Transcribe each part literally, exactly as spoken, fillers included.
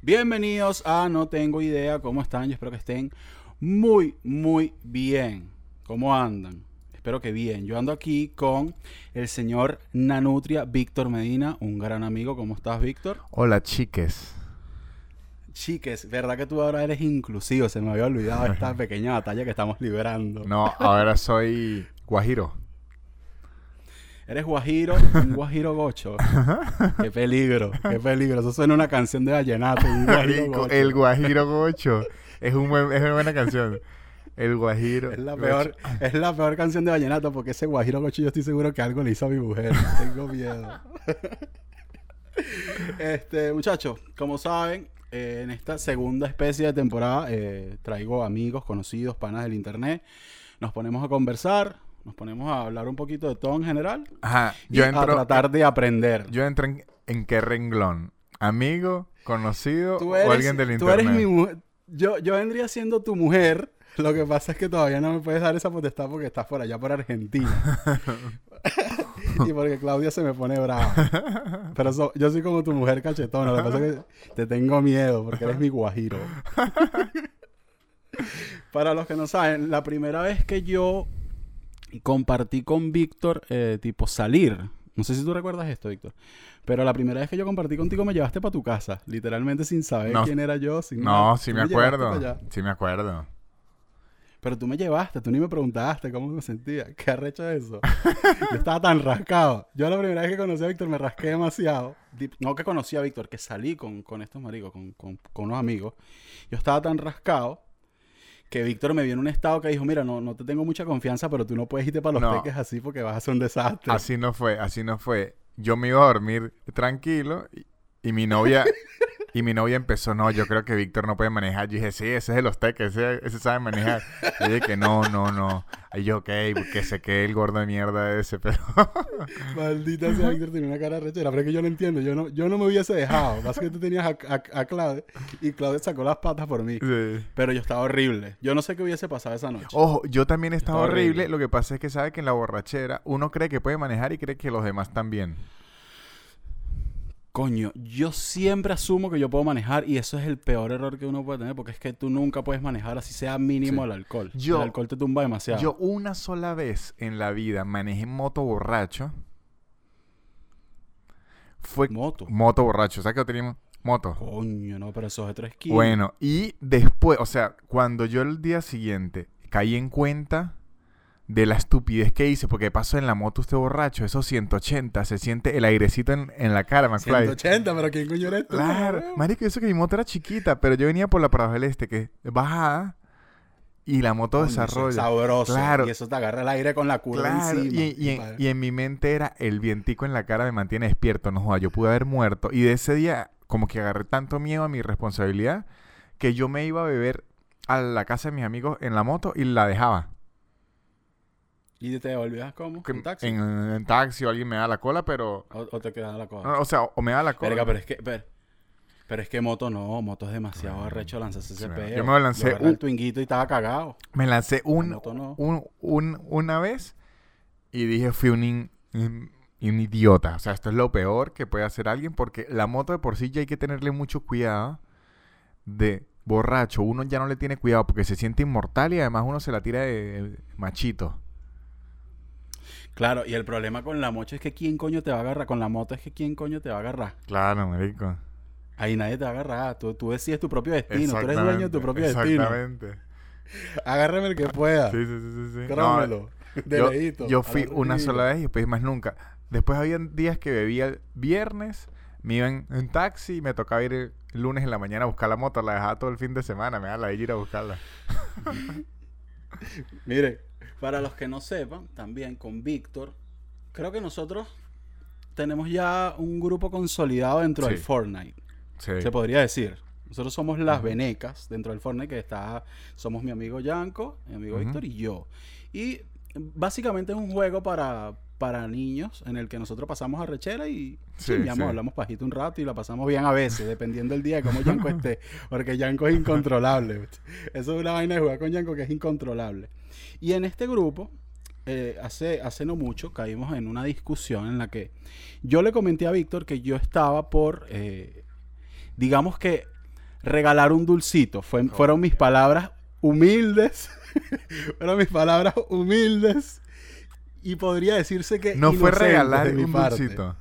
Bienvenidos a No Tengo Idea. ¿Cómo están? Yo espero que estén muy, muy bien. ¿Cómo andan? Espero que bien. Yo ando aquí con el señor Nanutria, Víctor Medina, un gran amigo. ¿Cómo estás, Víctor? Hola, chiques. Chiques, ¿verdad que tú ahora eres inclusivo? Se me había olvidado esta pequeña batalla que estamos librando. No, ahora soy guajiro. Eres guajiro, un guajiro gocho. Qué peligro, qué peligro. Eso suena a una canción de vallenato. Un guajiro Marico, gocho. el guajiro gocho. Es, un buen, es una buena canción. El guajiro Es la gocho. peor, es la peor canción de vallenato porque ese guajiro gocho yo estoy seguro que algo le hizo a mi mujer. Tengo miedo. Este, muchachos, como saben, eh, en esta segunda especie de temporada eh, traigo amigos, conocidos, panas del internet. Nos ponemos a conversar, nos ponemos a hablar un poquito de todo en general Ajá, y yo a entro, tratar de aprender. yo entro en, ¿en qué renglón? ¿Amigo, conocido Tú o eres, alguien del tú internet? eres mi mujer. Yo, yo vendría siendo tu mujer. Lo que pasa es que todavía no me puedes dar esa potestad porque estás por allá, por Argentina. Y porque Claudia se me pone brava. Pero so- yo soy como tu mujer cachetona. Lo que pasa es que te tengo miedo porque eres mi guajiro. Para los que no saben, la primera vez que yo compartí con Víctor, eh, tipo salir. No sé si tú recuerdas esto, Víctor. Pero la primera vez que yo compartí contigo me llevaste para tu casa. Literalmente sin saber No, quién era yo. Sin No, nada. sí Tú me llevaste acuerdo. para allá. Sí me acuerdo. Pero tú me llevaste, tú ni me preguntaste cómo me sentía. Qué arrecho eso. Yo estaba tan rascado. Yo la primera vez que conocí a Víctor me rasqué demasiado. Di- No que conocí a Víctor, que salí con, con estos maricos, con, con, con unos amigos. Yo estaba tan rascado que Víctor me vio en un estado que dijo, mira, no, no te tengo mucha confianza, pero tú no puedes irte para los No. teques así porque vas a ser un desastre. Así no fue, así no fue. Yo me iba a dormir tranquilo y, y mi novia y mi novia empezó, no, yo creo que Víctor no puede manejar. Yo dije, sí, ese es de los teques, ese, ese sabe manejar. Y dije que no, no, no. Y yo, ok, que se quede el gordo de mierda ese, pero... Maldita sea, Víctor tenía una cara rechera. Pero es que yo no entiendo. Yo no, yo no me hubiese dejado. Más que tú tenías a, a, a Claudia y Claudia sacó las patas por mí. Sí. Pero yo estaba horrible. Yo no sé qué hubiese pasado esa noche. Ojo, yo también estaba Estaba horrible. horrible. Lo que pasa es que sabe que en la borrachera uno cree que puede manejar y cree que los demás también. Coño, yo siempre asumo que yo puedo manejar y eso es el peor error que uno puede tener porque es que tú nunca puedes manejar así sea mínimo Sí. el alcohol. Yo- el alcohol te tumba demasiado. Yo una sola vez en la vida manejé moto borracho. Fue Moto. moto borracho. ¿Sabes qué teníamos? Moto. Coño, no, pero esos de tres kilos. Bueno, y después, o sea, cuando yo el día siguiente caí en cuenta de la estupidez que hice, porque pasó en la moto usted borracho, esos ciento ochenta, se siente el airecito en, en la cara, McFly. ciento ochenta, pero ¿quién coño eres tú? Claro, Huevón? marico, eso que mi moto era chiquita, pero yo venía por la Prado del Este, que bajada, y la moto Coño, eso es desarrolla. sabroso. Claro. Y eso te agarra el aire con la curva Claro, encima. y, y en, pa- y en mi mente era el vientico en la cara me mantiene despierto, no joda, yo pude haber muerto. Y de ese día, como que agarré tanto miedo a mi responsabilidad, que yo me iba a beber a la casa de mis amigos en la moto y la dejaba. ¿Y te devolvías cómo? Que- ¿En taxi? En, en taxi o alguien me da la cola, pero... ¿O, o te quedaba la cosa? no, o sea, o, o me da la cola. Verga, pero es que... Pero, pero es que moto no. Moto es demasiado Bueno, arrecho lanzarse ese sí, peo. yo me lancé Yo agarré un- el Twinguito y estaba cagado. Me lancé La un, moto no. un, un- una vez y dije fui un, in- un, un idiota. O sea, esto es lo peor que puede hacer alguien porque la moto de por sí ya hay que tenerle mucho cuidado de borracho. Uno ya no le tiene cuidado porque se siente inmortal y además uno se la tira de, de machito. Claro, y el problema con la moto es que quién coño te va a agarrar. Con la moto es que quién coño te va a agarrar. Claro, marico. Ahí nadie te va a agarrar. Tú, tú decides tu propio destino. Tú eres dueño de tu propio destino. Exactamente. Agárrame el que pueda. Sí, sí, sí, sí, sí. No, Crómelo. De yo, lejito, yo a fui la una horquilla. sola vez y después más nunca. Después había días que bebía el viernes, me iba en, en taxi y me tocaba ir el lunes en la mañana a buscar la moto. La dejaba todo el fin de semana, me da la de ir a buscarla. Mire, para los que no sepan, también con Víctor, creo que nosotros tenemos ya un grupo consolidado dentro Sí. del Fortnite. Sí. Se podría decir. Nosotros somos las Ujú. venecas dentro del Fortnite, que está, somos mi amigo Yanko, mi amigo Ujú. Víctor y yo. Y básicamente es un juego para, para niños en el que nosotros pasamos a rechera y Sí, sí, mi amor, sí. hablamos pajito un rato y la pasamos bien a veces, dependiendo del día de cómo Yanko esté. Porque Yanko es incontrolable. Eso es una vaina de jugar con Yanko que es incontrolable. Y en este grupo, eh, hace, hace no mucho, caímos en una discusión en la que yo le comenté a Víctor que yo estaba por, eh, digamos que regalar un dulcito. Fue, fueron mis palabras humildes. fueron mis palabras humildes. Y podría decirse que no fue regalar de mi un parte. dulcito.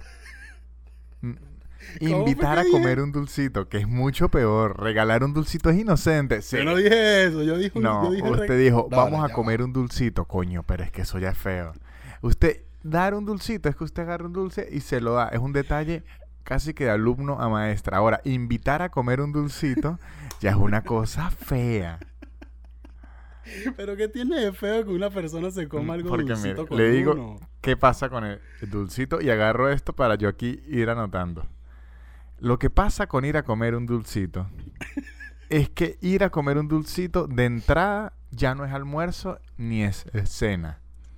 Invitar a comer un dulcito, que es mucho peor. Regalar un dulcito es inocente. Sí. Yo no dije eso. Yo dije, no, yo dije usted re... dijo, no, vamos no, a comer va. un dulcito. Coño, pero es que eso ya es feo. Usted, dar un dulcito, es que usted agarra un dulce y se lo da. Es un detalle casi que de alumno a maestra. Ahora, invitar a comer un dulcito ya es una cosa fea. Pero ¿qué tiene de feo que una persona se coma algo Porque dulcito mire, con le digo, uno? ¿qué pasa con el, el dulcito? Y agarro esto para yo aquí ir anotando. Lo que pasa con ir a comer un dulcito es que ir a comer un dulcito de entrada ya no es almuerzo ni es, es cena.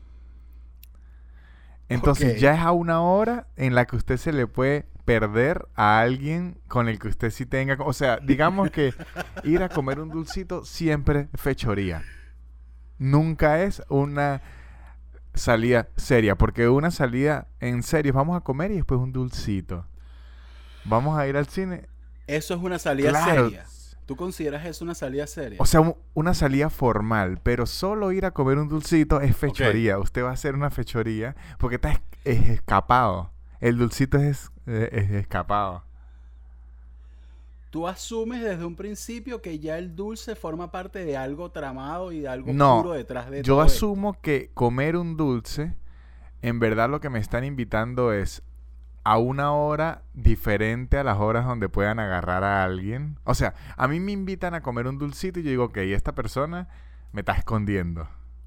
Entonces Okay. ya es a una hora en la que usted se le puede perder a alguien con el que usted sí tenga... O sea, digamos que ir a comer un dulcito siempre es fechoría. Nunca es una salida seria. Porque una salida en serio, vamos a comer y después un dulcito. Vamos a ir al cine. Eso es una salida Claro. seria. ¿Tú consideras eso una salida seria? O sea, un- una salida formal. Pero solo ir a comer un dulcito es fechoría. Usted va a hacer una fechoría porque está es, es escapado. El dulcito es, es, es escapado. Tú asumes desde un principio que ya el dulce forma parte de algo tramado y de algo No, puro detrás de yo todo esto. asumo que comer un dulce, en verdad lo que me están invitando es a una hora diferente a las horas donde puedan agarrar a alguien. O sea, a mí me invitan a comer un dulcito y yo digo, ok, esta persona me está escondiendo.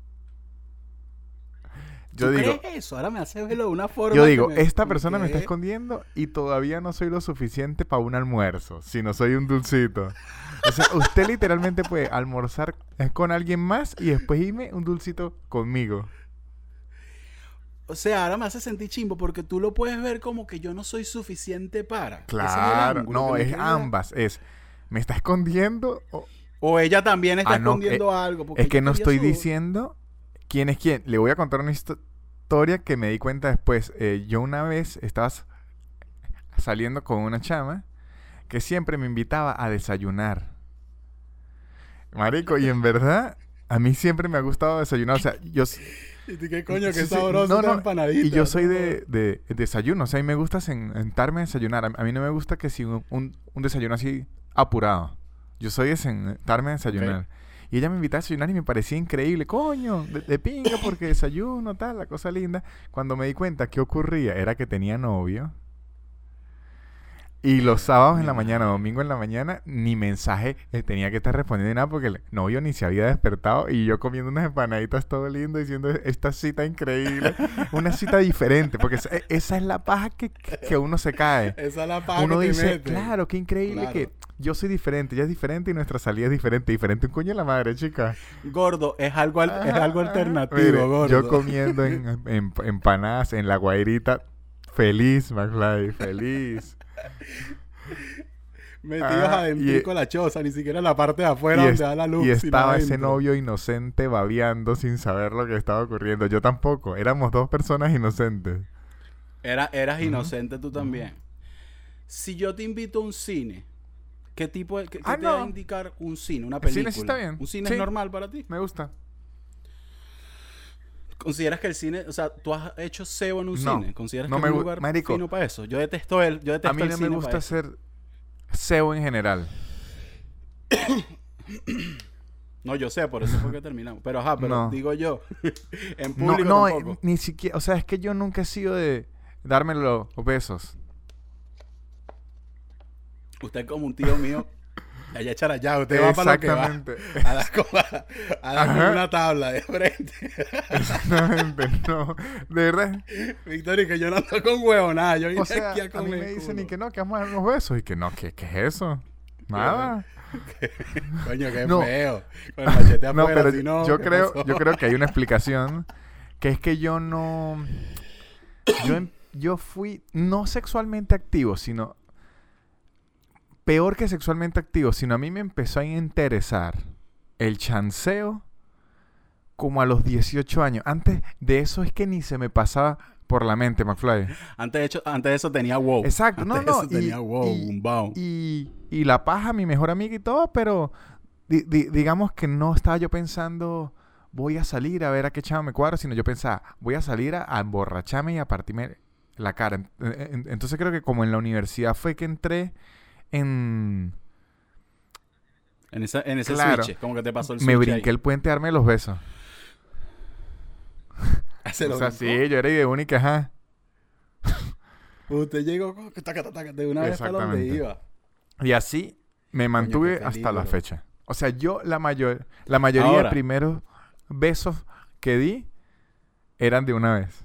Yo ¿Tú digo, crees eso? Ahora me hace verlo de una forma yo que digo, me- esta persona me está ¿Qué? escondiendo y todavía no soy lo suficiente para un almuerzo, si no soy un dulcito. O sea, usted literalmente puede almorzar con alguien más y después irme un dulcito conmigo. O sea, ahora me hace sentir chimbo porque tú lo puedes ver como que yo no soy suficiente para. Ese es el Claro, ángulo no, que me es quiere dar. ambas. Es, ¿me está escondiendo? O, O ella también está Ah, no, escondiendo algo. porque es que ella no quería estoy su- diciendo quién es quién. Le voy a contar una histo- historia que me di cuenta después. Eh, yo una vez estaba s- saliendo con una chama que siempre me invitaba a desayunar. Marico, y en verdad, a mí siempre me ha gustado desayunar. O sea, yo... s- ¿Y tú qué coño? Qué Sí, sí, sabroso no, esta no, empanadita. Y yo soy ¿no? de, de, de desayuno, o sea, a mí me gusta sentarme a desayunar. A, a mí no me gusta que si un, un, un desayuno así apurado. Yo soy de sentarme a desayunar. Ok. Y ella me invitaba a desayunar y me parecía increíble. Coño, de, de pinga porque desayuno, tal, la cosa linda. Cuando me di cuenta qué ocurría era que tenía novio. Y los sábados en la mañana, domingo en la mañana, ni mensaje eh, tenía que estar respondiendo ni nada porque el novio ni se había despertado y yo comiendo unas empanaditas todo lindo diciendo esta cita increíble, una cita diferente, porque esa, esa es la paja que, que uno se cae. Esa es la paja Uno que te dice, mete. claro, qué increíble Claro. que yo soy diferente, ella es diferente y nuestra salida es diferente, diferente un coño de la madre, chica. Gordo, es algo, al- es algo alternativo, Mire, gordo. yo comiendo en, en- empanadas en la Guairita, feliz, McFly, feliz. Metidos Ah, adentro y- con la choza, ni siquiera en la parte de afuera Y, donde es- da la luz. y sino estaba ese adentro. novio inocente babeando sin saber lo que estaba ocurriendo. Yo tampoco. Éramos dos personas inocentes. Era, eras Ujú. inocente tú también. Si yo te invito a un cine, ¿qué tipo de, qué, qué Ah, te va a no. indicar un cine, una El cine película? sí está bien. ¿Un cine Sí. es normal para ti? Me gusta. ¿Consideras que el cine, o sea, tú has hecho S E O en un No, cine? ¿Consideras no que me es un gu- lugar marico, fino para eso? Yo detesto el, yo detesto A mí el no cine me para gusta eso. hacer S E O en general. No, yo sé, por eso fue que terminamos. Pero ajá, pero No. digo yo, en No, público no, tampoco. eh, ni siquiera. O sea, es que yo nunca he sido de darme los besos. Usted es como un tío mío. Allá echar allá, usted va para lo que va. Exactamente. A dar como, a, a dar como Ajá. una tabla de frente. Exactamente. No. De verdad. Victoria, que yo no ando con huevo, nada. Yo vine O sea, aquí a a mí comer me dicen culo. y que no, que vamos a dar unos besos. Y que no, ¿qué, qué es eso? Nada. Coño, qué No. feo. Con el machete No, afuera, pero si no, yo ¿qué creo, pasó? yo creo que hay una explicación, que es que yo no, yo, em- yo fui no sexualmente activo, sino peor que sexualmente activo, sino a mí me empezó a interesar el chanceo como a los dieciocho años. Antes de eso es que ni se me pasaba por la mente, McFly. Antes de, hecho, antes de eso tenía wow. Exacto, antes no, de no. eso tenía y, wow, y, un bound. Y, y la paja, mi mejor amiga y todo, pero di, di, digamos que no estaba yo pensando, voy a salir a ver a qué chama me cuadro, sino yo pensaba, voy a salir a, a emborracharme y a partirme la cara. En- en- Entonces creo que como en la universidad fue que entré en... En, esa, en ese Claro. switch, como que te pasó el Me switch brinqué el puente a darme los besos. ahí. ¿Se O lo sea, brincó? sí, yo era de única, ajá. Usted llegó co- taca, taca, taca, de una vez para donde Exactamente. iba. Y así me mantuve qué hasta la peligro. fecha. O sea, yo la mayor, la mayoría de Ahora. primeros besos que di eran de una vez.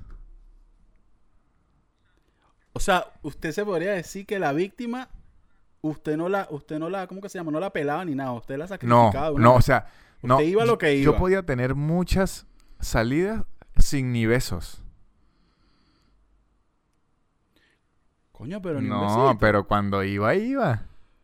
O sea, usted se podría decir que la víctima, usted no la, usted no la, ¿cómo que se llama? No la pelaba ni nada, usted la No, sacrificaba de una no, o vez. sea, no. Usted iba a lo que Yo iba. podía tener muchas salidas sin ni besos. Coño, pero ni un No, besito. pero cuando iba, iba.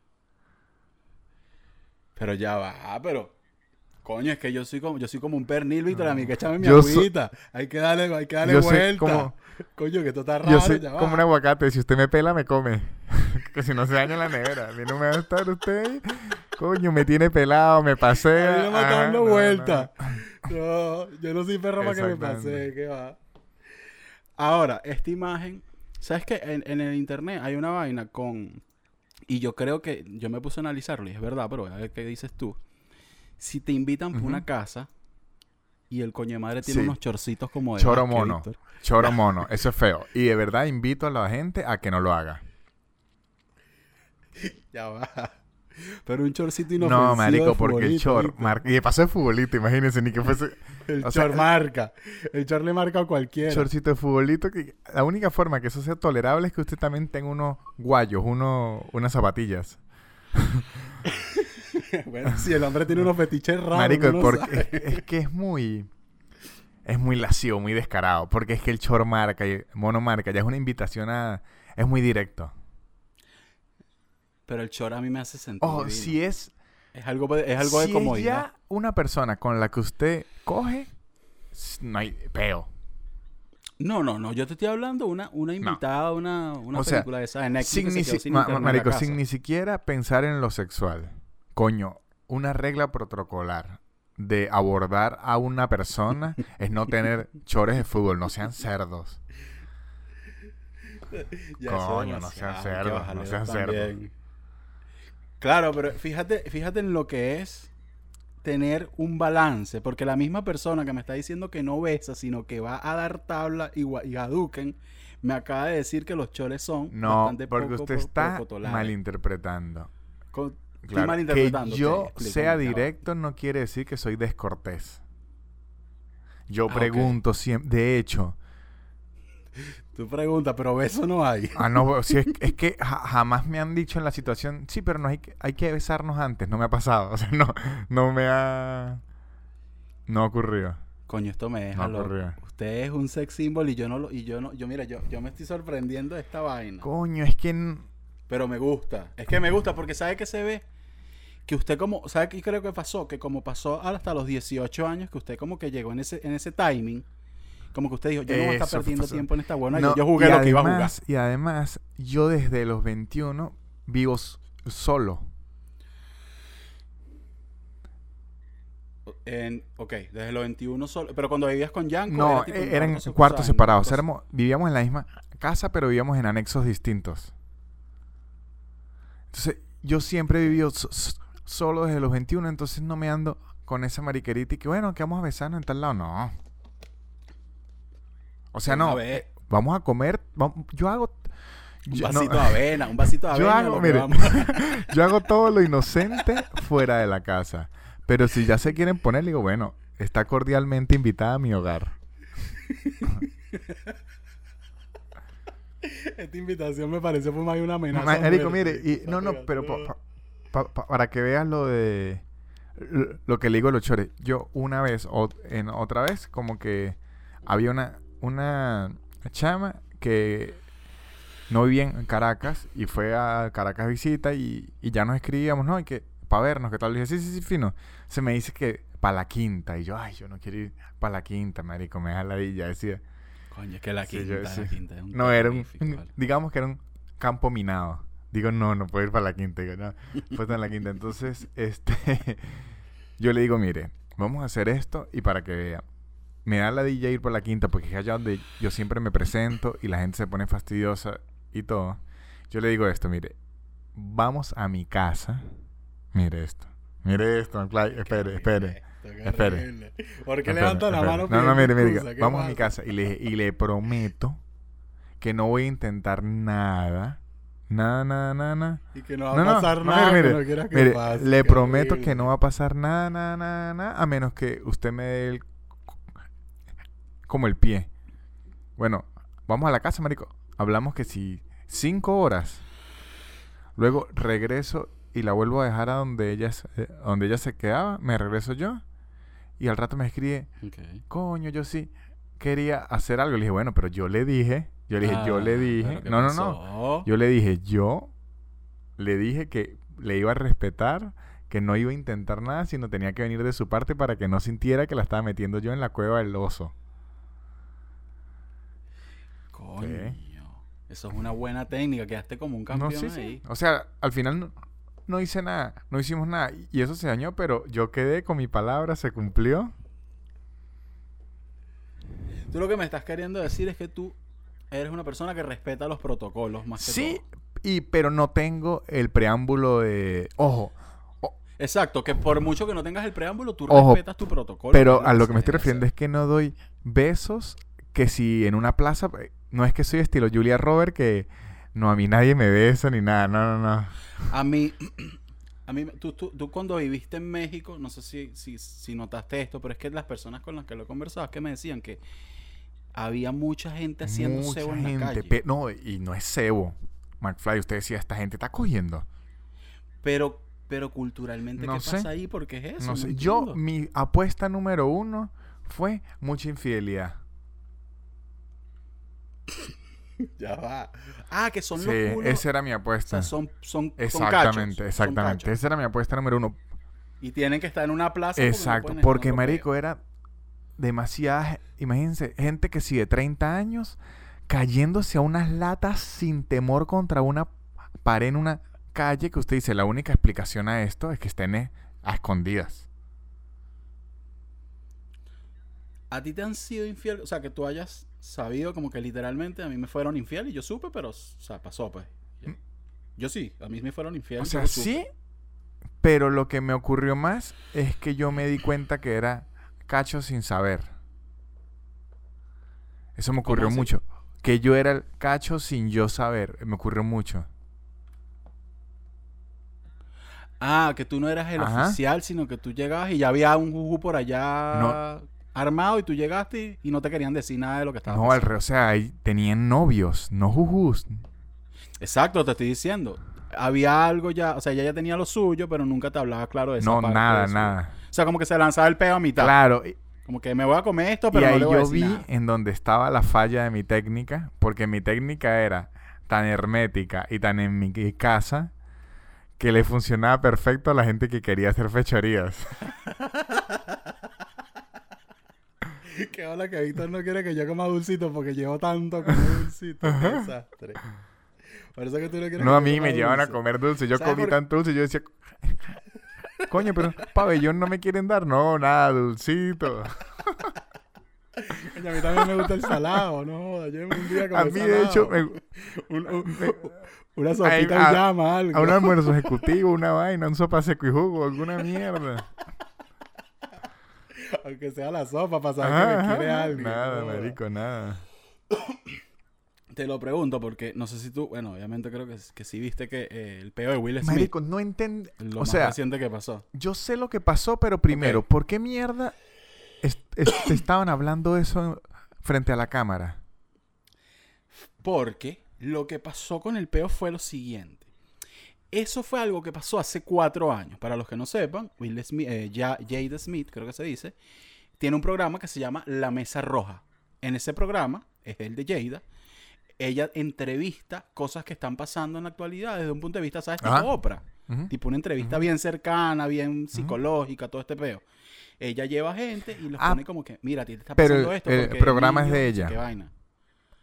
Pero ya va, pero... Coño, es que yo soy como, yo soy como un pernil, Víctor, a mí que échame mi Yo so- agüita. Hay que darle, hay que darle Yo soy vuelta. como- Coño, que esto está raro, Yo soy ya va. como un aguacate. Si usted me pela, me come. Que si no se daña en la nevera. A mí no me va a estar usted. Coño, me tiene pelado, me A pasea. mí no me está Ajá, dando no, no, vuelta. No, yo no soy perro para que me Exactamente. pase, ¿qué va? Ahora, esta imagen, ¿sabes qué? En, en el internet hay una vaina con... Y yo creo que... Yo me puse a analizarlo y es verdad, pero a ver qué dices tú. Si te invitan por Ujú. una casa y el coño de madre tiene Sí. unos chorcitos como de Choro básquet, mono. Víctor. Choro mono. Eso es feo. Y de verdad invito a la gente a que no lo haga. Ya va. Pero un chorcito inofensivo No, marico, de porque el futbolito, chor... ¿viste? mar- Y de paso de futbolito, imagínense, ni que fuese... El o sea, chor marca. El chor le marca a cualquiera. Chorcito de futbolito, que la única forma que eso sea tolerable es que usted también tenga unos guayos, uno, unas zapatillas. Bueno, si el hombre tiene unos fetiches raros, Marico, uno no porque sabe. es, es que es muy... Es muy lascivo, muy descarado. Porque es que el chor marca y mono marca ya es una invitación a... Es muy directo. Pero el chor a mí me hace sentir Ojo, divino. si es... Es algo, es algo si de es comodidad. ya una persona con la que usted coge, s- no hay peo. No, no, no. Yo te estoy hablando una, una invitada, una, una O sea, película de esa de Netflix Sin que se ni quedó si- sin ma- internet en la marico, casa. sin ni siquiera pensar en lo sexual. Coño, una regla protocolar de abordar a una persona es no tener chores de fútbol. No sean cerdos. Ya eso es Coño, no sean demasiado, hay que cerdos, bajarle no sean dos cerdos. también. Claro, pero fíjate, fíjate en lo que es tener un balance, porque la misma persona que me está diciendo que no besa, sino que va a dar tabla y, gua- y Hadouken, me acaba de decir que los choles son No, bastante porque poco usted pro- está protocolares. malinterpretando. Con- estoy Claro, que malinterpretando. yo ok, explícame, sea ya va. directo no quiere decir que soy descortés. Yo Ah, pregunto siempre... De hecho... Tú preguntas, pero beso no hay. Ah, no, si es, es que ja- jamás me han dicho en la situación, sí, pero no hay, que- hay que besarnos antes, no me ha pasado, o sea, no, no me ha, no ha ocurrido, Coño, esto me deja no loco. ocurrió. Usted es un sex symbol y yo no lo, y yo no, yo mira, yo, yo me estoy sorprendiendo de esta vaina. Coño, es que, n- Pero me gusta. Es que me gusta porque sabe que se ve que usted como, ¿sabe qué creo que pasó? Que como pasó hasta los dieciocho años, que usted como que llegó en ese, en ese timing, como que usted dijo, yo no voy a estar Eso perdiendo pasó. tiempo en esta buena, no, yo, yo jugué y lo que iba a jugar. además- Y además, yo desde los veintiuno vivo s- solo, En, ok, desde los veintiuno solo, pero cuando vivías con Yanko, no, era tipo eh, eran se- cuartos o sea, en separados, cosas- éramos- vivíamos en la misma casa, pero vivíamos en anexos distintos. Entonces, yo siempre he vivido so- so- solo desde los veintiuno, entonces no me ando con esa mariquerita y que bueno, que vamos a besarnos en tal lado, no. O sea, Una no, vez. eh, vamos a comer, vam- yo hago... un yo- no, vasito de avena, un vasito de yo avena. hago, lo que mire, vamos. yo hago todo lo inocente fuera de la casa. Pero si ya se quieren poner, le digo, bueno, está cordialmente invitada a mi hogar. Esta invitación me parece fue más una amenaza. Ma- Marico, muerte. mire, y, no, no, pero pa- pa- pa- pa- para que veas lo de lo- lo que le digo a los chores. Yo una vez, o en otra vez, como que había una, una chama que no vivía en Caracas y fue a Caracas visita y, y ya nos escribíamos, ¿no? Y que para vernos, ¿qué tal? Le dije, sí, sí, sí, fino. Se me dice que para la quinta. Y yo, ay, yo no quiero ir para la quinta, marico, me da ladilla. Decía, Coño, es que la Sí, quinta, yo- la sí. quinta es un No, era un, terrorífico, vale. digamos que era un campo minado. Digo, no, no puedo ir para la quinta. Digo, no, puedo estar en la quinta. Entonces, este, yo le digo, mire, vamos a hacer esto y para que vea. Me da la D J ir por la quinta porque es allá donde yo siempre me presento y la gente se pone fastidiosa y todo. Yo le digo esto, mire, vamos a mi casa. Mire esto. Mire esto, McFly. Espere, espere. espere. ¿Por qué Espere, levanta la espere. mano? No, no, pidiendo mire, mire. excusa? ¿Qué Vamos a mi pasa? casa y le, y le prometo que no voy a intentar nada. Nada, nada, nada, nada. Y que no va No, a no, pasar no, nada mire, que mire, no quieras que Mire, pase. le Qué prometo que horrible. no va a pasar nada, nada, nada, nada, a menos que usted me dé el... como el pie. Bueno, vamos a la casa, marico. Hablamos que si cinco horas. Luego regreso y la vuelvo a dejar a donde ella, se- eh, donde ella se quedaba. Me regreso yo. Y al rato me escribe, Ok. coño, yo sí quería hacer algo. Le dije, bueno, pero yo le dije. Yo le dije, yo le Ah, dije. pero ¿qué No, no, no. pasó? Yo le dije, yo le dije que le iba a respetar, que no iba a intentar nada, sino tenía que venir de su parte para que no sintiera que la estaba metiendo yo en la cueva del oso. Coño. ¿Qué? Eso es una buena técnica. Quedaste como un No, campeón sí, sí. ahí. O sea, al final no, no hice nada, no hicimos nada. Y eso se dañó, pero yo quedé con mi palabra, se cumplió. Tú lo que me estás queriendo decir es que tú eres una persona que respeta los protocolos más que Sí, todo. y pero no tengo el preámbulo de... Ojo, o- Exacto, que por mucho que no tengas el preámbulo, tú Ojo, respetas tu protocolo. pero es a lo se que me estoy debe refiriendo hacer. es que no doy besos que si en una plaza... eh, No es que soy estilo Julia Robert, que no, a mí nadie me besa ni nada, no, no, no. A mí, a mí tú, tú, tú cuando viviste en México, no sé si, si, si notaste esto, pero es que las personas con las que lo he conversado es que me decían que había mucha gente haciendo Mucha cebo en la gente, calle. pe- no, y no es cebo. McFly, usted decía, esta gente está cogiendo. Pero, pero culturalmente, No ¿qué sé. pasa ahí? ¿Por qué es eso? No No sé, yo, entiendo. mi apuesta número uno fue mucha infidelidad. Ya va. Ah, que son Sí, los culos. esa era mi O apuesta. sea, son, son, son Exactamente, cachos, son exactamente. cachos. Esa era mi apuesta número uno. Y tienen que estar en una plaza. porque no Exacto, pueden estar porque en otro marico era demasiada, ge- imagínense, gente que sigue treinta años cayéndose a unas latas sin temor contra una pared en una calle que usted dice, la única explicación a esto es que estén eh, a escondidas. ¿A ti te han sido infiel? O sea, que tú hayas sabido como que literalmente a mí me fueron infiel y yo supe, pero, o sea, pasó, pues. Yo, yo sí, a mí me fueron infiel. O y sea, yo supe. sí, pero lo que me ocurrió más es que yo me di cuenta que era cacho sin saber. Eso me ¿Cómo ocurrió así? mucho. Que yo era el cacho sin yo saber. Me ocurrió mucho. Ah, que tú no eras el Ajá. oficial, sino que tú llegabas y ya había un juju por allá No. armado y tú llegaste y, y no te querían decir nada de lo que estaba No, al pasando. re, o sea, ahí tenían novios, no jujus. Exacto, te estoy diciendo. Había algo ya, o sea, ella ya tenía lo suyo, pero nunca te hablaba claro de esa No, parte nada, de su- nada. O sea, como que se lanzaba el peo a mitad. Claro, y, Como que me voy a comer esto, y pero no ahí le voy a yo decir vi nada. en donde estaba la falla de mi técnica, porque mi técnica era tan hermética y tan en mi casa que le funcionaba perfecto a la gente que quería hacer fechorías. Qué hola que Víctor no quiere que yo coma dulcito porque llevo tanto como dulcito. Qué desastre. Por eso que tú no quieres No, que a yo mí coma me llevan a dulce. comer dulce. Yo ¿Sabes comí por- tanto dulce, yo decía, coño, pero pabellón no me quieren dar. No, nada, dulcito. Coño, a mí también me gusta el salado, no joda. Yo un día comí A mí, de hecho, me, Un- un- me- una sopita a- en llama, algo. a un almuerzo ejecutivo, una vaina, un sopa seco y jugo, alguna mierda. Aunque sea la sopa, para saber Ajá, que me ajá, quiere ajá. algo. Nada, no joda. marico, nada. Te lo pregunto porque no sé si tú, bueno, obviamente creo que, que sí viste que eh, el peo de Will Smith, Marico, no entiendo. lo O más sea, reciente que pasó. yo sé lo que pasó, pero primero, Ok. ¿por qué mierda est- est- estaban hablando eso frente a la cámara? Porque lo que pasó con el peo fue lo siguiente. Eso fue algo que pasó hace cuatro años. Para los que no sepan, Will Smith, eh, Ja- Jada Smith, creo que se dice, tiene un programa que se llama La Mesa Roja. En ese programa, es el de Jada, ella entrevista cosas que están pasando en la actualidad desde un punto de vista, ¿sabes? Tipo Ajá. Oprah. Ujú. Tipo una entrevista Ujú. bien cercana, bien psicológica, todo este peo. Ella lleva gente y los Ah, pone como que, mira, a ti te está pero pasando el- esto. el porque programa es niño, de no sé ella. qué vaina.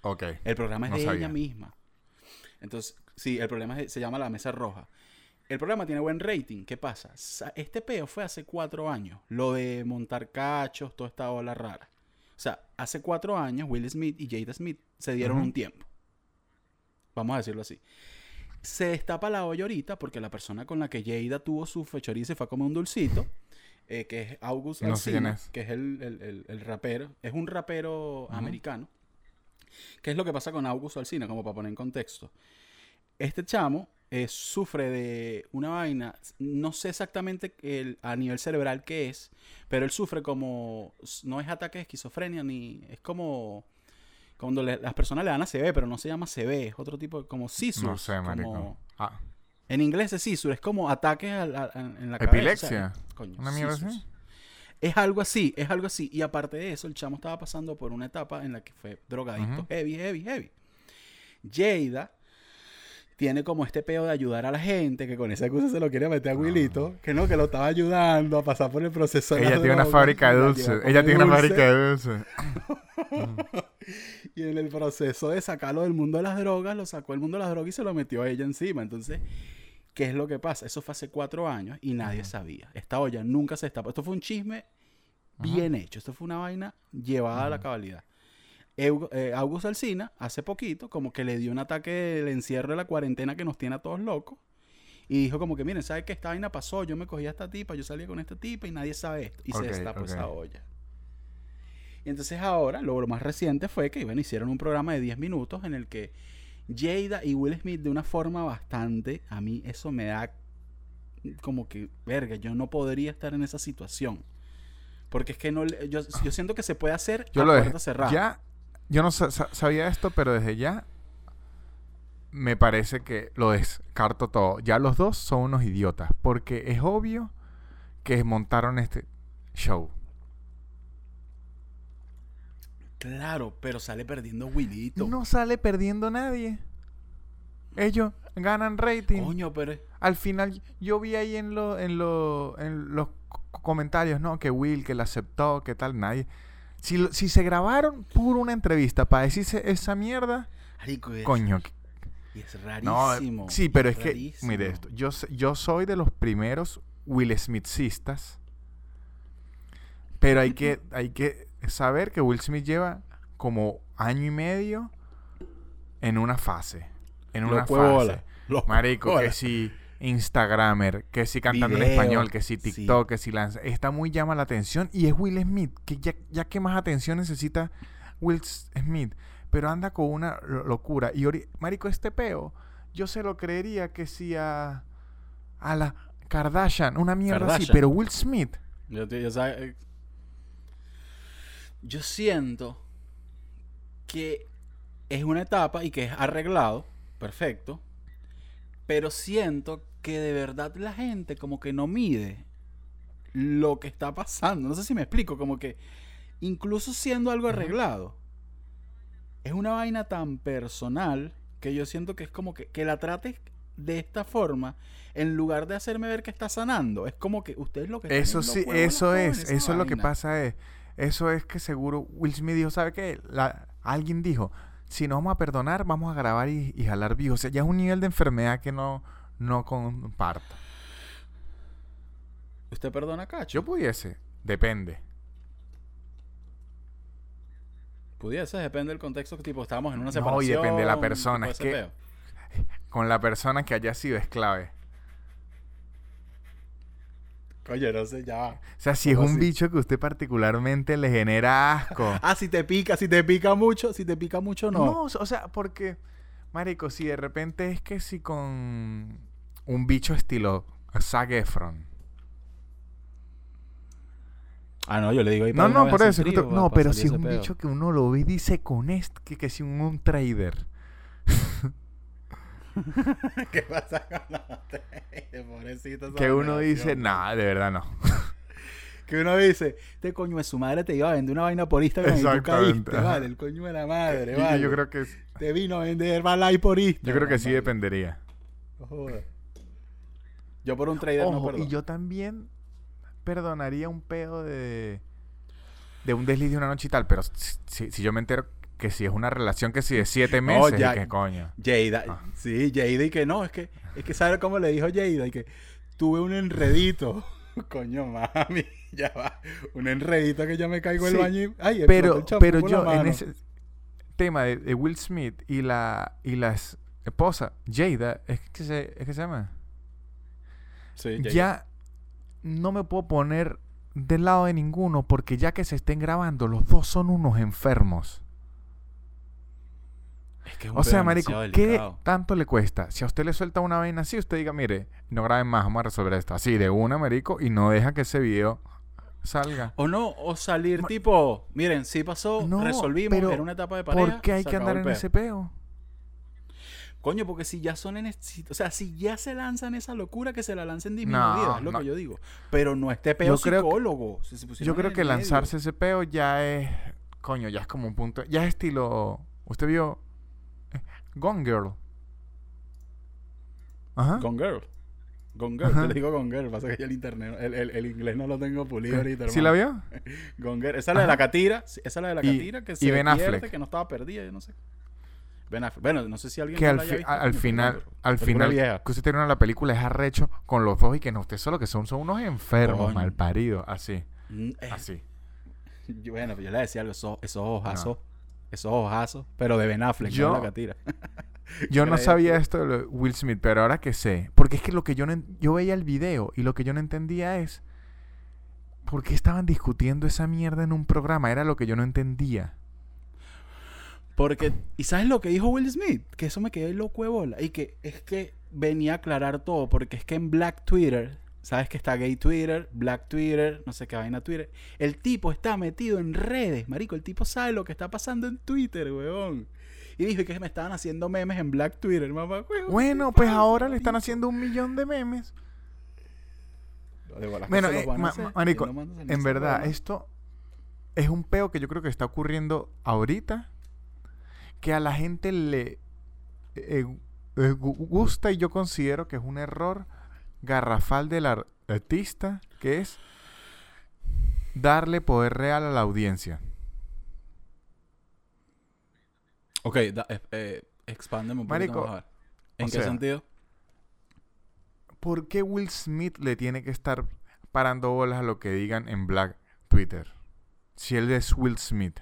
Ok. El programa es No de sabía. ella misma. Entonces, sí, el programa es- se llama La Mesa Roja. El programa tiene buen rating. ¿Qué pasa? Sa- Este peo fue hace cuatro años. Lo de montar cachos, toda esta ola rara. O sea, hace cuatro años Will Smith y Jada Smith se dieron Ujú. un tiempo. Vamos a decirlo así. Se destapa la olla ahorita porque la persona con la que Jada tuvo su fechoriza y fue a comer un dulcito, eh, que es August No sé quién Alsina, es. que es el, el- el- el rapero. Es un rapero Ujú. americano. ¿Qué es lo que pasa con August Alsina? Como para poner en contexto. Este chamo eh, sufre de una vaina, no sé exactamente el, a nivel cerebral qué es, pero él sufre como, no es ataque de esquizofrenia, ni es como cuando le- las personas le dan a C B, pero no se llama C B, es otro tipo de, como seizures. No sé, marico. como- Ah, en inglés es seizure, es como ataques al- al- en la cabeza. epilepsia. o sea, coño, Una mierda seizures. así. Es algo así, es algo así. Y aparte de eso, el chamo estaba pasando por una etapa en la que fue drogadicto Ujú. heavy, heavy, heavy. Jada tiene como este peo de ayudar a la gente, que con esa excusa se lo quiere meter a Willito, que no, que lo estaba ayudando a pasar por el proceso de Ella las tiene una drogas, fábrica de la dulces. lleva a Ella comer tiene una dulce, fábrica de dulces. y en el proceso de sacarlo del mundo de las drogas, lo sacó del mundo de las drogas y se lo metió a ella encima. Entonces, ¿qué es lo que pasa? Eso fue hace cuatro años y nadie Ujú. sabía. Esta olla nunca se destapó. Esto fue un chisme bien hecho. Esto fue una vaina llevada a la Ujú. cabalidad. Eu- eh, August Alsina, hace poquito, como que le dio un ataque del encierro de la cuarentena que nos tiene a todos locos. Y dijo como que, miren, ¿sabe qué? Esta vaina pasó, yo me cogí a esta tipa, yo salí con esta tipa y nadie sabe esto. Y Ok, se destapó ok. esa olla. Y entonces ahora, lo, lo más reciente fue que bueno, hicieron un programa de diez minutos en el que Jada y Will Smith de una forma bastante, a mí eso me da como que, verga, yo no podría estar en esa situación. Porque es que no, le- yo, yo siento que se puede hacer Yo a lo dejé. puerta cerrada. Ya, yo no sa- sa- sabía esto, pero desde ya me parece que lo descarto todo. Ya los dos son unos idiotas. Porque es obvio que montaron este show. Claro, pero sale perdiendo Willito. No sale perdiendo nadie. Ellos ganan rating. Coño, pero... Al final, yo vi ahí en, lo, en, lo, en los co- comentarios, ¿no? Que Will, que la aceptó, que tal, nadie. Si, lo- si se grabaron puro una entrevista para decirse esa mierda, Marico, es, coño. que- y es No, rarísimo. sí, pero es que, rarísimo. mire esto. Yo, s- yo soy de los primeros Will Smithistas. Pero hay que, hay que saber que Will Smith lleva como año y medio en una fase. En una Los huevolas, fase. los Marico, que huevolas. si Instagramer, que si cantando en Video, español, que si sí. TikTok, que si lanza. Está muy llama la atención. Y es Will Smith, que ya, ya que más atención necesita Will Smith. Pero anda con una lo- locura. Y ori- Marico, este peo, yo se lo creería que si a, a la Kardashian, una mierda así. Kardashian. Pero Will Smith, Yo, te- yo sabe- eh, yo siento que es una etapa y que es arreglado, perfecto, pero siento que de verdad la gente como que no mide lo que está pasando. No sé si me explico, como que incluso siendo algo Ujú. arreglado, es una vaina tan personal que yo siento que es como que, que la trates de esta forma en lugar de hacerme ver que está sanando. Es como que ustedes lo que están eso es sí, los huevos eso locos en es, esa eso es lo que vaina. pasa es, eso es que seguro Will Smith dijo, ¿sabe qué? La, alguien dijo, si nos vamos a perdonar, vamos a grabar y, y jalar vivos. O sea, ya es un nivel de enfermedad que no, no comparto. ¿Usted perdona a Cacho? Yo pudiese, depende. Pudiese, depende del contexto que tipo estábamos en una No, y separación. depende de la tipo persona, es ese que- peo. Con la persona que haya sido es clave. Coño, no sé, ya va. O sea, si es ¿Cómo un así? bicho que usted particularmente le genera asco. Ah, si te pica, si te pica mucho, si te pica mucho, no. No, o sea, porque, marico, si de repente es que si con un bicho estilo Zac Efron. Ah, no, yo le digo ahí No, para no, una por vez eso. hacer es que trío, tú- pa- no, pa pero salir si es ese un peo. bicho que uno lo ve y dice con esto, que, que si un, un trader. ¿Qué pasa con los tres? Pobrecito. esa Que uno relación. dice, nah, de verdad no. Que uno dice, este coño de su madre te iba a vender una vaina por Instagram y tú Exactamente, caíste, ajá. vale. El coño de la madre, Y- y vale. yo creo que es- Te vino a vender balay por Instagram. yo creo que sí vale. dependería. No jodas. Yo por un trader no Ojo, perdono. y yo también perdonaría un pedo de de un desliz de una noche y tal, pero si, si- si yo me entero que si es una relación que si de siete No, meses, ya- y que coño. Jada, Ah. sí, Jada, y que no, es que, es que ¿sabes cómo le dijo Jada? Y que tuve un enredito. Coño, mami, ya va. Un enredito que ya me caigo el Sí, baño y... Ay, explotó Pero, el champú pero por la yo en mano. ese tema de, de Will Smith y la y la es- esposa, Jada, ¿es que se, es que se llama? Sí, Jada. Ya no me puedo poner del lado de ninguno porque ya que se estén grabando, los dos son unos enfermos. Es que es un O sea, pedo marico, demasiado ¿qué delicado. tanto le cuesta? Si a usted le suelta una vaina así, usted diga, mire, no graben más, vamos a resolver esto. Así, de una, marico, y no deja que ese video salga. O no, o salir Ma- tipo, miren, sí pasó, No, resolvimos, pero era una etapa de pareja. ¿por qué hay se que acabó andar el en peo. ese peo? Coño, porque si ya son en... es- si- o sea, si ya se lanzan esa locura, que se la lancen No, disminuida, es lo no. que yo digo. Pero no este peo Yo creo que- psicólogo. si se pusieron Yo en creo el que medio. lanzarse ese peo ya es... Coño, ya es como un punto... Ya es estilo... ¿Usted vio? eh, Gone Girl. Ajá. Gone Girl. Gone Girl, Ajá. yo le digo Gone Girl, pasa que ya el internet, el, el, el inglés no lo tengo pulido ahorita, ¿Sí la hermano. vio? Gone Girl. Esa es la de Ajá. la catira, sí, esa es la de la Y- catira que y se Ben pierde, Affleck. que no estaba perdida, yo no sé. Ben Affleck. Bueno, no sé si alguien Que no al, la haya fi- visto, a- al coño, perdón, final... pero Al película final... vieja. Que usted termina la película es arrecho con los dos y que no, usted solo que son, son unos enfermos, Coño. malparidos. Así. Mm, eh, Así. yo- bueno, yo le decía algo, esos, esos ojazos, esos ojazos, pero de Ben Affleck, Yo- no de la catira. Yo ¿Qué no era sabía esto? esto de lo de Will Smith, pero ahora que sé. Porque es que lo que yo no... en- Yo veía el video y lo que yo no entendía es... ¿Por qué estaban discutiendo esa mierda en un programa? Era lo que yo no entendía. Porque, ¿y sabes lo que dijo Will Smith? Que eso me quedé loco de bola. Y que es que venía a aclarar todo, porque es que en Black Twitter, ¿sabes que está gay Twitter, Black Twitter, no sé qué vaina Twitter? El tipo está metido en redes, marico. El tipo sabe lo que está pasando en Twitter, weón. Y dijo que me estaban haciendo memes en Black Twitter, mamá. Weón, Bueno, ¿qué pues pasa, ahora le están marico? haciendo un millón de memes. De bolas que Bueno, se los eh, van a ma- hacer, ma- y marico, no mandan a en hacer verdad, broma. esto es un peo que yo creo que está ocurriendo ahorita. Que a la gente le eh, eh, gu- gusta y yo considero que es un error garrafal del ar- artista, que es darle poder real a la audiencia. Ok, da, eh, eh, expándeme un poquito Marico, más, a ver. ¿En o qué sea, sentido? ¿Por qué Will Smith le tiene que estar parando bolas a lo que digan en Black Twitter? Si él es Will Smith.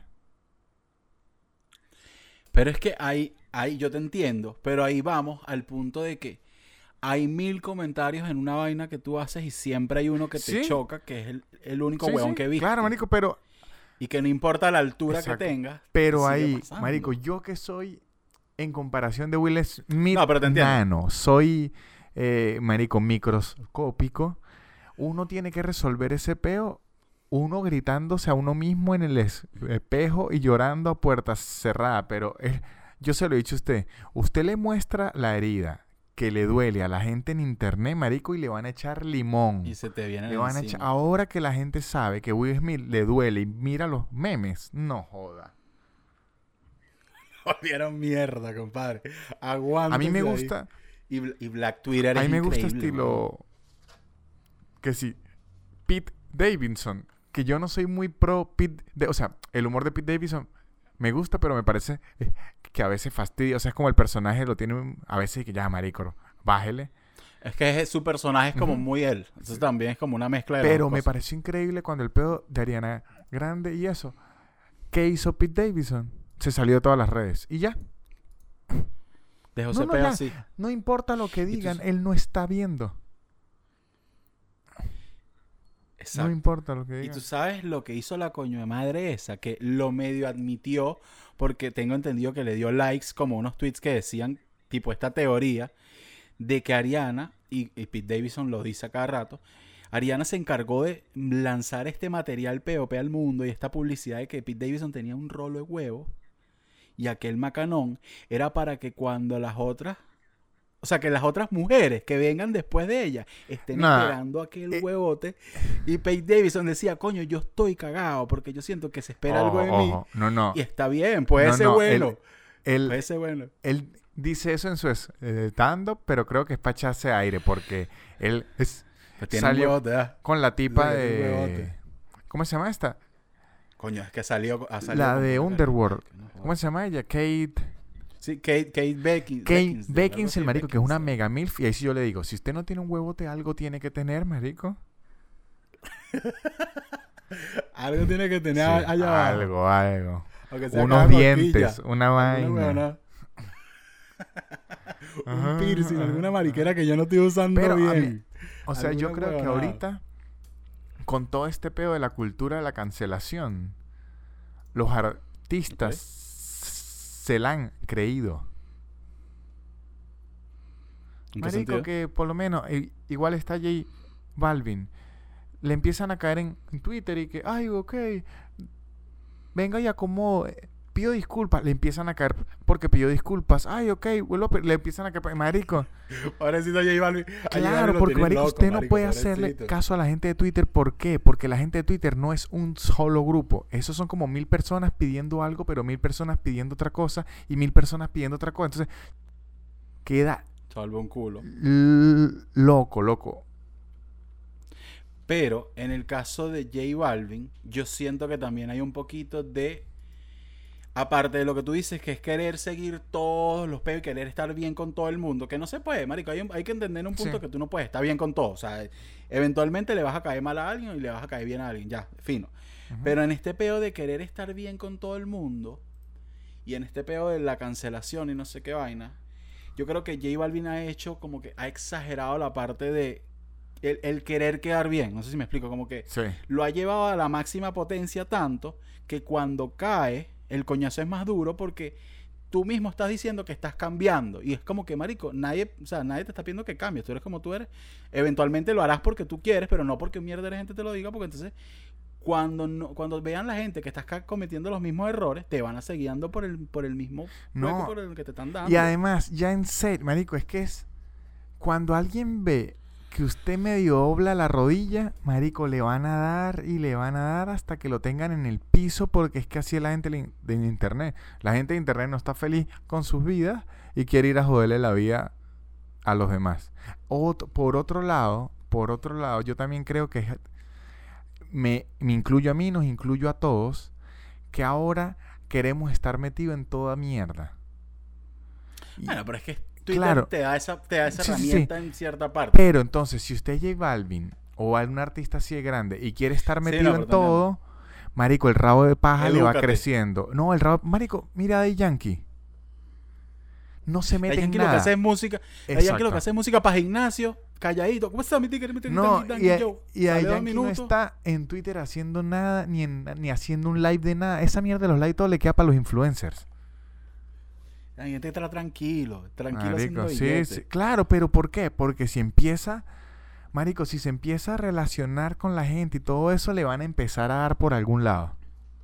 Pero es que ahí, ahí yo te entiendo, pero ahí vamos al punto de que hay mil comentarios en una vaina que tú haces y siempre hay uno que te Sí. choca, que es el, el único Sí, huevón sí, que viste. claro, marico, pero Y que no importa la altura Exacto. que tengas. pero sigue ahí, pasando. marico, yo que soy en comparación de Will Smith, No, pero te entiendo. nano, soy eh, marico microscópico, uno tiene que resolver ese peo, uno gritándose a uno mismo en el es- espejo y llorando a puertas cerradas, pero eh, yo se lo he dicho a usted, usted le muestra la herida que le duele a la gente en internet, marico, y le van a echar limón. Y se te viene Le van a echar, ahora que la gente sabe que Will Smith le duele y mira los memes, no joda. Volvieron mierda, compadre. Aguanta. A mí me gusta, Y, Bl- y Black Twitter a es mí me gusta increíble, weón. estilo que sí, Pete Davidson, que yo no soy muy pro Pete, Da- o sea, el humor de Pete Davidson me gusta, pero me parece eh, que a veces fastidia, o sea, es como el personaje lo tiene a veces que ya marico, bájele. Es que es- su personaje es como Ujú. muy él. Entonces también es como una mezcla de las Pero dos me cosas. pareció increíble cuando el pedo de Ariana Grande y eso. ¿Qué hizo Pete Davidson? Se salió de todas las redes y ya. Dejó No, ese no, pedo ya. así. No importa lo que tú digan, s- él no está viendo. Exacto. No importa lo que Y digan. tú sabes lo que hizo la coño de madre esa, que lo medio admitió, porque tengo entendido que le dio likes como unos tweets que decían, tipo esta teoría, de que Ariana, y, y Pete Davidson lo dice a cada rato, Ariana se encargó de lanzar este material P O P al mundo y esta publicidad de que Pete Davidson tenía un rolo de huevo y aquel macanón era para que cuando las otras, o sea, que las otras mujeres que vengan después de ella estén Nah, esperando aquel eh, huevote. Y Pete Davidson decía, coño, yo estoy cagado porque yo siento que se espera algo Ojo, de mí. ojo. No, no. Y está bien, puede No, ser no, bueno. Él, Puede ser bueno. él dice eso en su es- eh, stand-up, pero creo que es para echarse aire porque él es Pues tiene salió- un huevote, ¿verdad? con la tipa Sí, tiene un de... huevote. ¿Cómo se llama esta? Coño, es que salió, ha salido La con de pura Underworld. cariño, que no ¿Cómo se llama ella? Kate... Sí, Kate, Kate Beckin, Kate Beckinsale, algo Beckinsale, así, marico, que es una Beckinsale. mega milf. Y ahí sí yo le digo, si usted no tiene un huevote, algo tiene que tener, marico. Algo tiene que tener Sí, allá abajo. algo, algo. Aunque sea Unos cada dientes, cosquilla, una alguna vaina. huevona, Ajá, un piercing, ajá, alguna ajá. mariquera que yo no estoy usando Pero a mí- bien. O sea, yo Alguna creo que huevonada. ahorita, con todo este pedo de la cultura de la cancelación, los artistas Ok. se la han creído. ¿En qué Marico, sentido? que por lo menos, i- igual está J Balvin. Le empiezan a caer en, en Twitter y que, ay, ok, venga y acomodo, eh, pido disculpas. Le empiezan a caer porque pidió disculpas. Ay, ok, vuelvo a pe- le empiezan a caer. Marico, Pobrecito J Balvin. A J Balvin claro, lo porque tienen marico, loco, usted no marico, puede hacerle pobrecito. caso a la gente de Twitter. ¿Por qué? Porque la gente de Twitter no es un solo grupo. Esos son como mil personas pidiendo algo, pero mil personas pidiendo otra cosa y mil personas pidiendo otra cosa. Entonces, queda Salvo un culo. l- loco, loco. Pero en el caso de J Balvin, yo siento que también hay un poquito de, aparte de lo que tú dices, que es querer seguir todos los peos y querer estar bien con todo el mundo, que no se puede, marico. Hay, un- hay que entender un punto Sí. que tú no puedes estar bien con todo. O sea, eventualmente le vas a caer mal a alguien y le vas a caer bien a alguien, ya, fino. Ujú. Pero en este peo de querer estar bien con todo el mundo y en este peo de la cancelación y no sé qué vaina, yo creo que J Balvin ha hecho como que ha exagerado la parte de el, el querer quedar bien. No sé si me explico, como que Sí. lo ha llevado a la máxima potencia tanto que cuando cae el coñazo es más duro porque tú mismo estás diciendo que estás cambiando y es como que marico, nadie, o sea, nadie te está pidiendo que cambies, tú eres como tú eres. Eventualmente lo harás porque tú quieres, pero no porque mierda de gente te lo diga, porque entonces cuando no, cuando vean la gente que estás ca- cometiendo los mismos errores, te van a seguir dando por el por el mismo No. hueco por el que te están dando. Y además, ya en serio, marico, es que es cuando alguien ve que usted medio dobla la rodilla, marico, le van a dar y le van a dar hasta que lo tengan en el piso, porque es que así es la gente de de internet. La gente de internet no está feliz con sus vidas y quiere ir a joderle la vida a los demás. Ot- por otro lado, por otro lado, yo también creo que es- me, me incluyo a mí, nos incluyo a todos, que ahora queremos estar metidos en toda mierda. Y- Bueno, pero es que Twitter Claro. te da esa, te da esa Sí, sí, sí. herramienta en cierta parte. Pero entonces, si usted es J Balvin o algún artista así de grande y quiere estar Sí, metido no, en pero te todo, marico, el rabo de paja le va Edúcate. creciendo. No, el rabo... Marico, mira a Daddy Yankee. No se La mete en Yankee lo que nada. hace es música. La Yankee lo Exacto. que hace es música para gimnasio, calladito. ¿Cómo está mi tigre? Mi tigre, No, Yankee, y, a- Joe. y a Sale dos Yankee no minutos. está en Twitter haciendo nada, ni, en, ni haciendo un live de nada. Esa mierda de los live todo le queda para los influencers. La gente está tranquilo, tranquilo Marico, haciendo sí, billete. sí. Claro, pero ¿por qué? Porque si empieza, marico, si se empieza a relacionar con la gente y todo eso, le van a empezar a dar por algún lado.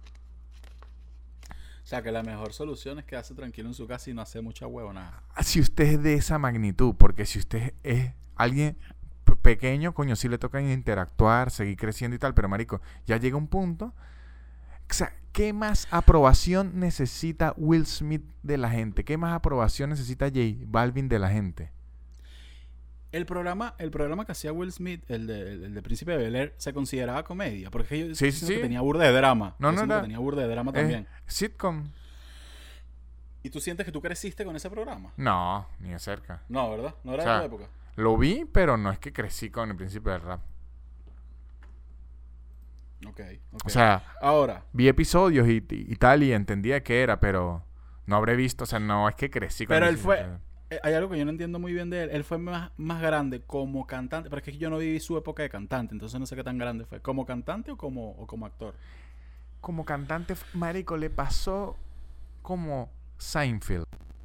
O sea, que la mejor solución es quedarse tranquilo en su casa y no hacer mucha huevonada. Si usted es de esa magnitud, porque si usted es alguien pe- pequeño, coño, sí le toca interactuar, seguir creciendo y tal, pero marico, ya llega un punto. O sea, ¿qué más aprobación necesita Will Smith de la gente? ¿Qué más aprobación necesita J Balvin de la gente? El programa, el programa que hacía Will Smith, el de, el de Príncipe de Bel-Air, se consideraba comedia. Porque yo Sí, sí, siento que sí. tenía burda de drama. No, Yo no siento era- que tenía burda de drama Eh, también. ¿Sitcom? ¿Y tú sientes que tú creciste con ese programa? No, ni de cerca. No, ¿verdad? No era O sea, de tu época. Lo vi, pero no es que crecí con el principio del rap. Ok, ok. O sea, Ahora, vi episodios y, y, y tal y entendía que era, pero no habré visto, o sea, no es que crecí con Pero el él fue- principio del- eh, hay algo que yo no entiendo muy bien de él. Él fue más, más grande como cantante. Pero es que yo no viví su época de cantante. Entonces no sé qué tan grande fue. ¿Como cantante o como, o como actor? Como cantante, marico, le pasó como Seinfeld,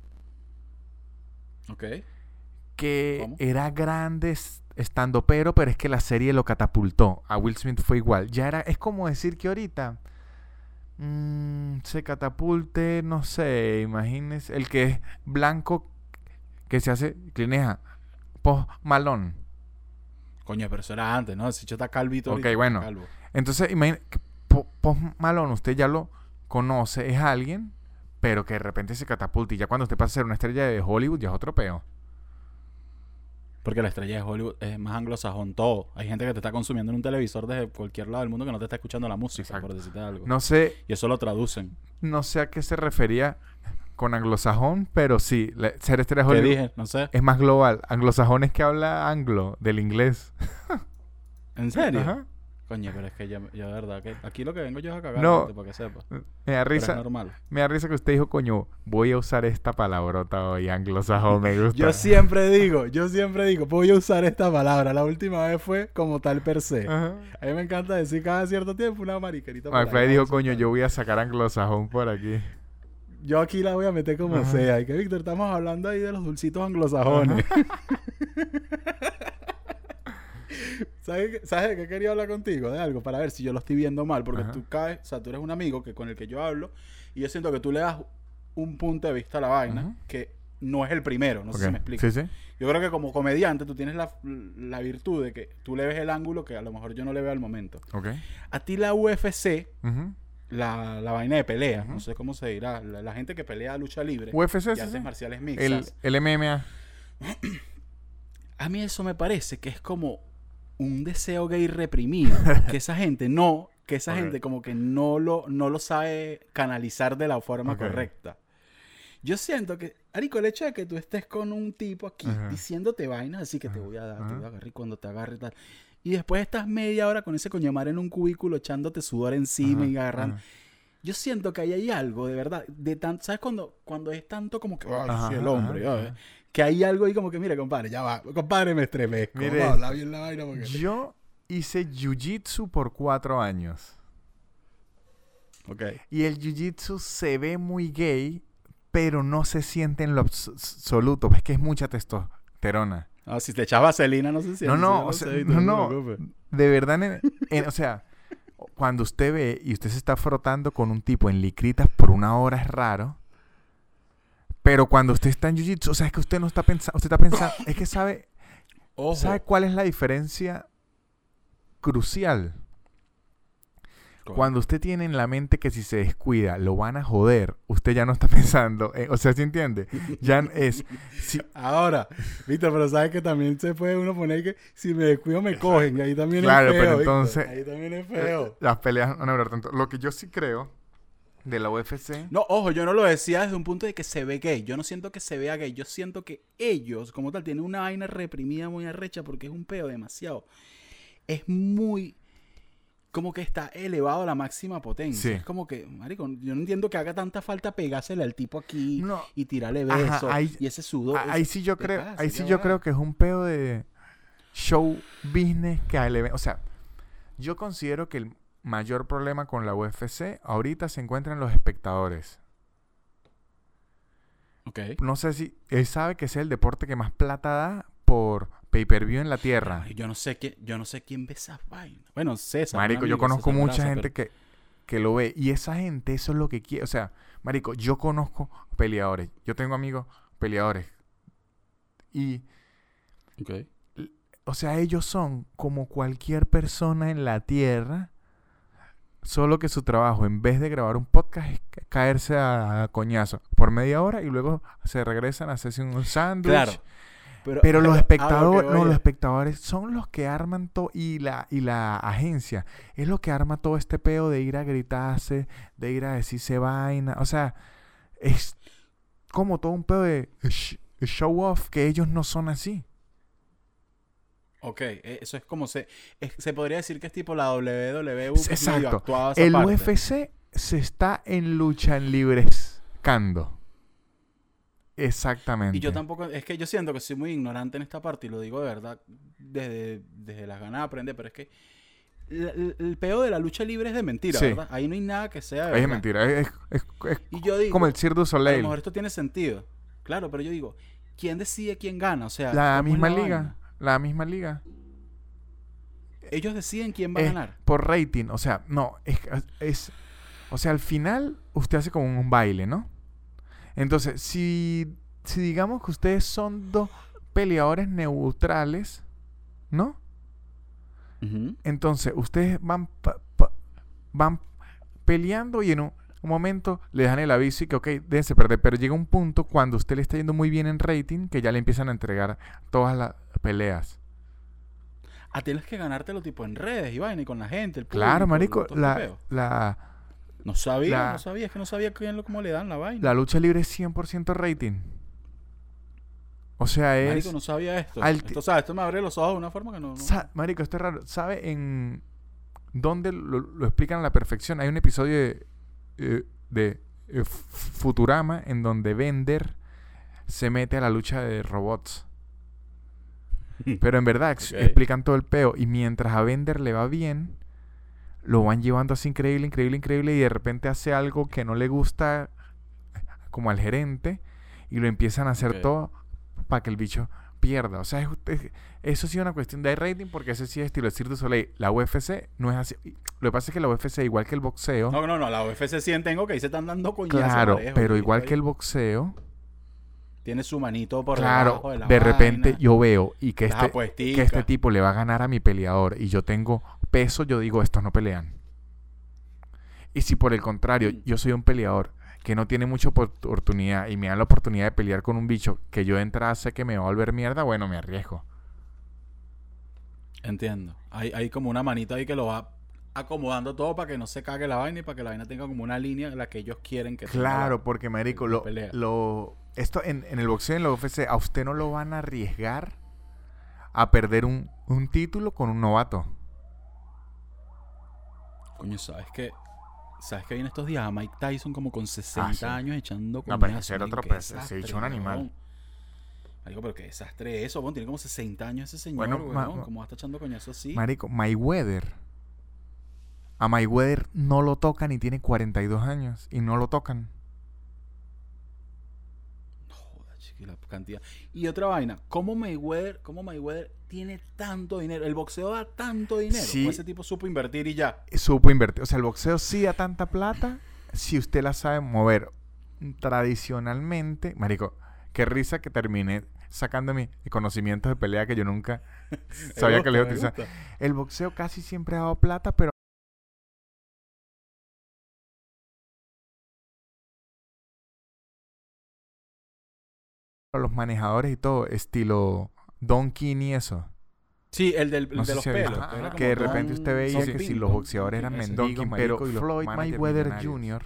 Ok. que ¿Cómo? era grande es- estando pero, pero es que la serie lo catapultó. A Will Smith fue igual. Ya era, es como decir que ahorita mm, se catapulte, no sé, imagínese, el que es blanco que se hace, clineja, Post Malone. Coño, pero eso era antes, ¿no? Si yo está calvito Ok, ahorita, está bueno. calvo. Entonces, imagínese, que Po- Post Malone, usted ya lo conoce, es alguien, pero que de repente se catapulta. Y ya cuando usted pasa a ser una estrella de Hollywood, ya es otro peo. Porque la estrella de Hollywood es más anglosajón todo. Hay gente que te está consumiendo en un televisor desde cualquier lado del mundo que no te está escuchando la música, Exacto. por decirte algo. No sé, Y eso lo traducen. no sé a qué se refería con anglosajón, pero sí, la- ser estrella de ¿Qué Hollywood dije? No sé. es más global. Anglosajón es que habla anglo, del inglés. ¿En serio? Ajá. Coño, pero es que yo, yo de verdad que aquí lo que vengo yo es a cagar, No. gente, para que sepa. Me da Pero es risa, normal. me da risa que usted dijo, coño, voy a usar esta palabrota hoy, anglosajón, me gusta. Yo siempre digo, yo siempre digo, voy a usar esta palabra. La última vez fue como tal per se. Ajá. A mí me encanta decir cada cierto tiempo una mariquerita. por McFly ahí, dijo, vamos a coño, soltar. yo voy a sacar anglosajón por aquí. Yo aquí la voy a meter como Ajá. sea. Y que, Víctor, estamos hablando ahí de los dulcitos anglosajones. ¿Sabes, qué- ¿Sabes de qué quería hablar contigo? De algo, para ver si yo lo estoy viendo mal. Porque Ajá. tú caes, o sea, tú eres un amigo que con el que yo hablo. Y yo siento que tú le das un punto de vista a la vaina Ujú. que no es el primero. No sé Ok. si me explico. Sí, sí. Yo creo que como comediante tú tienes la, la virtud de que tú le ves el ángulo que a lo mejor yo no le veo al momento. Ok. A ti la U F C, Ujú. la, la vaina de pelea, Ujú. no sé cómo se dirá, la, la gente que pelea lucha libre U F C, y sí, artes sí. marciales El, mixtas, el M M A. a mí eso me parece que es como un deseo gay reprimido, que esa gente no, que esa Ok. gente como que no lo, no lo sabe canalizar de la forma Ok. correcta. Yo siento que, Arico, el hecho de que tú estés con un tipo aquí Ajá. diciéndote vainas así que te Ajá. voy a dar, te Ajá. voy a agarrar y cuando te agarre y tal. Y después estás media hora con ese coño madre en un cubículo echándote sudor encima Ajá, y agarrando. ajá. Yo siento que ahí hay algo, de verdad, de tan, ¿sabes? Cuando, cuando es tanto como que, ay, Ajá, sí, el ajá, hombre, ajá. ¿sabes? Que hay algo ahí como que, mire, compadre, ya va, compadre, me estremezco. Mire Vamos a hablar bien la vaina porque... Yo hice jiu-jitsu por cuatro años. Ok. Y el jiu-jitsu se ve muy gay, pero no se siente en lo abs- absoluto. Es que es mucha testosterona. Ah, si te echas vaselina, no sé si... No, no, yo o sea, sé, no, te no. preocupes. De verdad, en- en- o sea, cuando usted ve y usted se está frotando con un tipo en licritas por una hora es raro. Pero cuando usted está en jiu-jitsu, o sea, es que usted no está pensando, usted está pensando, es que sabe, Ojo. ¿sabe cuál es la diferencia crucial? ¿Cuál? Cuando usted tiene en la mente que si se descuida lo van a joder, usted ya no está pensando, eh, o sea, ¿se entiende? Ya es, si, Ahora, Víctor, pero sabes que también se puede uno poner que si me descuido me cogen y ahí también Claro, es feo, pero Víctor. entonces- Ahí también es feo. las peleas no van a durar tanto. Lo que yo sí creo de la U F C, No, ojo, yo no lo decía desde un punto de que se ve gay. Yo no siento que se vea gay. Yo siento que ellos, como tal, tienen una vaina reprimida muy arrecha porque es un peo demasiado. Es muy... Como que está elevado a la máxima potencia. Sí. Es como que, marico, yo no entiendo que haga tanta falta pegársele al tipo aquí No. y tirarle Ajá, besos ahí- y ese sudor. a- ahí ese- sí yo ¿qué creo, pasa? ahí Ya sí yo va. creo que es un pedo de show business que al evento, o sea, yo considero que el mayor problema con la U F C ahorita se encuentra en los espectadores. Ok. No sé si él sabe que es el deporte que más plata da por pay-per-view en la tierra. Ay, yo no sé qué, yo no sé quién ve esas vainas. Bueno, César. un Marico, yo amigo, conozco César mucha Graza, gente pero- que, que lo ve. Y esa gente, eso es lo que quiere. O sea, marico, yo conozco peleadores. Yo tengo amigos peleadores. Y, Ok. o sea, ellos son como cualquier persona en la tierra. Solo que su trabajo, en vez de grabar un podcast, es ca- caerse a, a coñazo por media hora y luego se regresan a hacerse un sándwich. Claro. Pero los a lo que espectadores, voy no, los es- espectadores son los que arman todo, y la, y la agencia es lo que arma todo este peo de ir a gritarse, de ir a decirse vaina. O sea, es como todo un peo de sh- show off que ellos no son así. Ok, eh, eso es como se... es- se podría decir que es tipo la W W E, que es medio Exacto. actuada esa El parte. U F C se está en lucha en librescando. Exactamente. Y yo tampoco... Es que yo siento que soy muy ignorante en esta parte y lo digo de verdad desde, desde las ganas de aprender, pero es que el, el- el peo de la lucha libre es de mentira, Sí. ¿verdad? Ahí no hay nada que sea de Es verdad. mentira. Es, es- es Y yo digo... como el Cirque du A lo Soleil. mejor esto tiene sentido. Claro, pero yo digo... ¿Quién decide quién gana? O sea... La ¿cómo es misma la liga. vaina? La misma liga. Ellos deciden quién va a Es ganar. por rating, o sea, no, es, es, o sea, al final usted hace como un baile, ¿no? Entonces, si, si digamos que ustedes son dos peleadores neutrales, ¿no? Ujú. Entonces, ustedes van, pa- pa- van peleando y en un, un momento, le dejan el aviso y que, ok, déjense perder. Pero llega un punto cuando usted le está yendo muy bien en rating que ya le empiezan a entregar todas las peleas. Ah, tienes que ganártelo tipo en redes y vaina y con la gente, el público. Claro, marico, todo este la, peo. la, No sabía, la- no sabía, es que no sabía quién lo, cómo le dan la vaina. la lucha libre es cien por ciento rating. O sea, es... Marico, no sabía esto. al ti- Esto, ¿sabes? Esto me abre los ojos de una forma que no... no- Sa- marico, esto es raro. ¿Sabe en dónde lo, lo explican a la perfección? Hay un episodio de, eh, de eh, Futurama en donde Bender se mete a la lucha de robots. Pero en verdad ex- Ok. explican todo el peo. Y mientras a Bender le va bien, lo van llevando así increíble, increíble, increíble. Y de repente hace algo que no le gusta como al gerente. Y lo empiezan a hacer Ok. todo para que el bicho pierda. O sea, es, es- eso sí es una cuestión de rating porque ese sí es estilo Cirque du Soleil. La U F C no es así. Lo que pasa es que la U F C, igual que el boxeo... No, no, no, la U F C sí tengo que ahí se están dando coñazos. claro, parejos, pero ¿viste? igual que Ahí el boxeo... tiene su manito por claro, debajo de la de repente vaina, yo veo y que las este, apuesticas. que este tipo le va a ganar a mi peleador y yo tengo peso, yo digo, estos no pelean. Y si por el contrario, Mm. yo soy un peleador que no tiene mucha oportunidad y me dan la oportunidad de pelear con un bicho que yo de entrada sé que me va a volver mierda, bueno, me arriesgo. Entiendo. Hay, hay como una manita ahí que lo va acomodando todo para que no se cague la vaina y para que la vaina tenga como una línea en la que ellos quieren que tenga Claro, la- porque marico, la lo, pelea. lo esto en, en el boxeo, en la U F C, a usted no lo van a arriesgar a perder un, un título con un novato. Coño, ¿sabes qué? ¿Sabes que viene estos días a Mike Tyson como con sesenta Ah, sí. años echando No, pero coñazos, ese era marico? otro Qué pez, ese desastre, bicho un animal. weón. Marico, pero qué desastre eso, weón. Tiene como sesenta años ese señor, Bueno, weón. ma- ma- ¿Cómo va a estar echando coñazos así? Marico, Mayweather. A Mayweather no lo tocan y tiene cuarenta y dos años y no lo tocan. No joda, chiqui, la cantidad. Y otra vaina, ¿cómo Mayweather, cómo Mayweather tiene tanto dinero? ¿El boxeo da tanto dinero? Sí. ¿O ese tipo supo invertir y ya? Supo invertir. O sea, el boxeo sí da tanta plata si usted la sabe mover. Tradicionalmente, marico, qué risa que terminé sacando mis conocimientos de pelea que yo nunca sabía Me que le iba a gusta, utilizar. me gusta. El boxeo casi siempre ha dado plata, pero los manejadores y todo, estilo Don King y eso. Sí, el del, el No de sé los si había- pelos. Ajá, era que como de repente Don- usted veía Don que King, si los Don- boxeadores Don eran King, ese. mendigos, Don King, pero marico, y los Floyd managers Mayweather millonarios. junior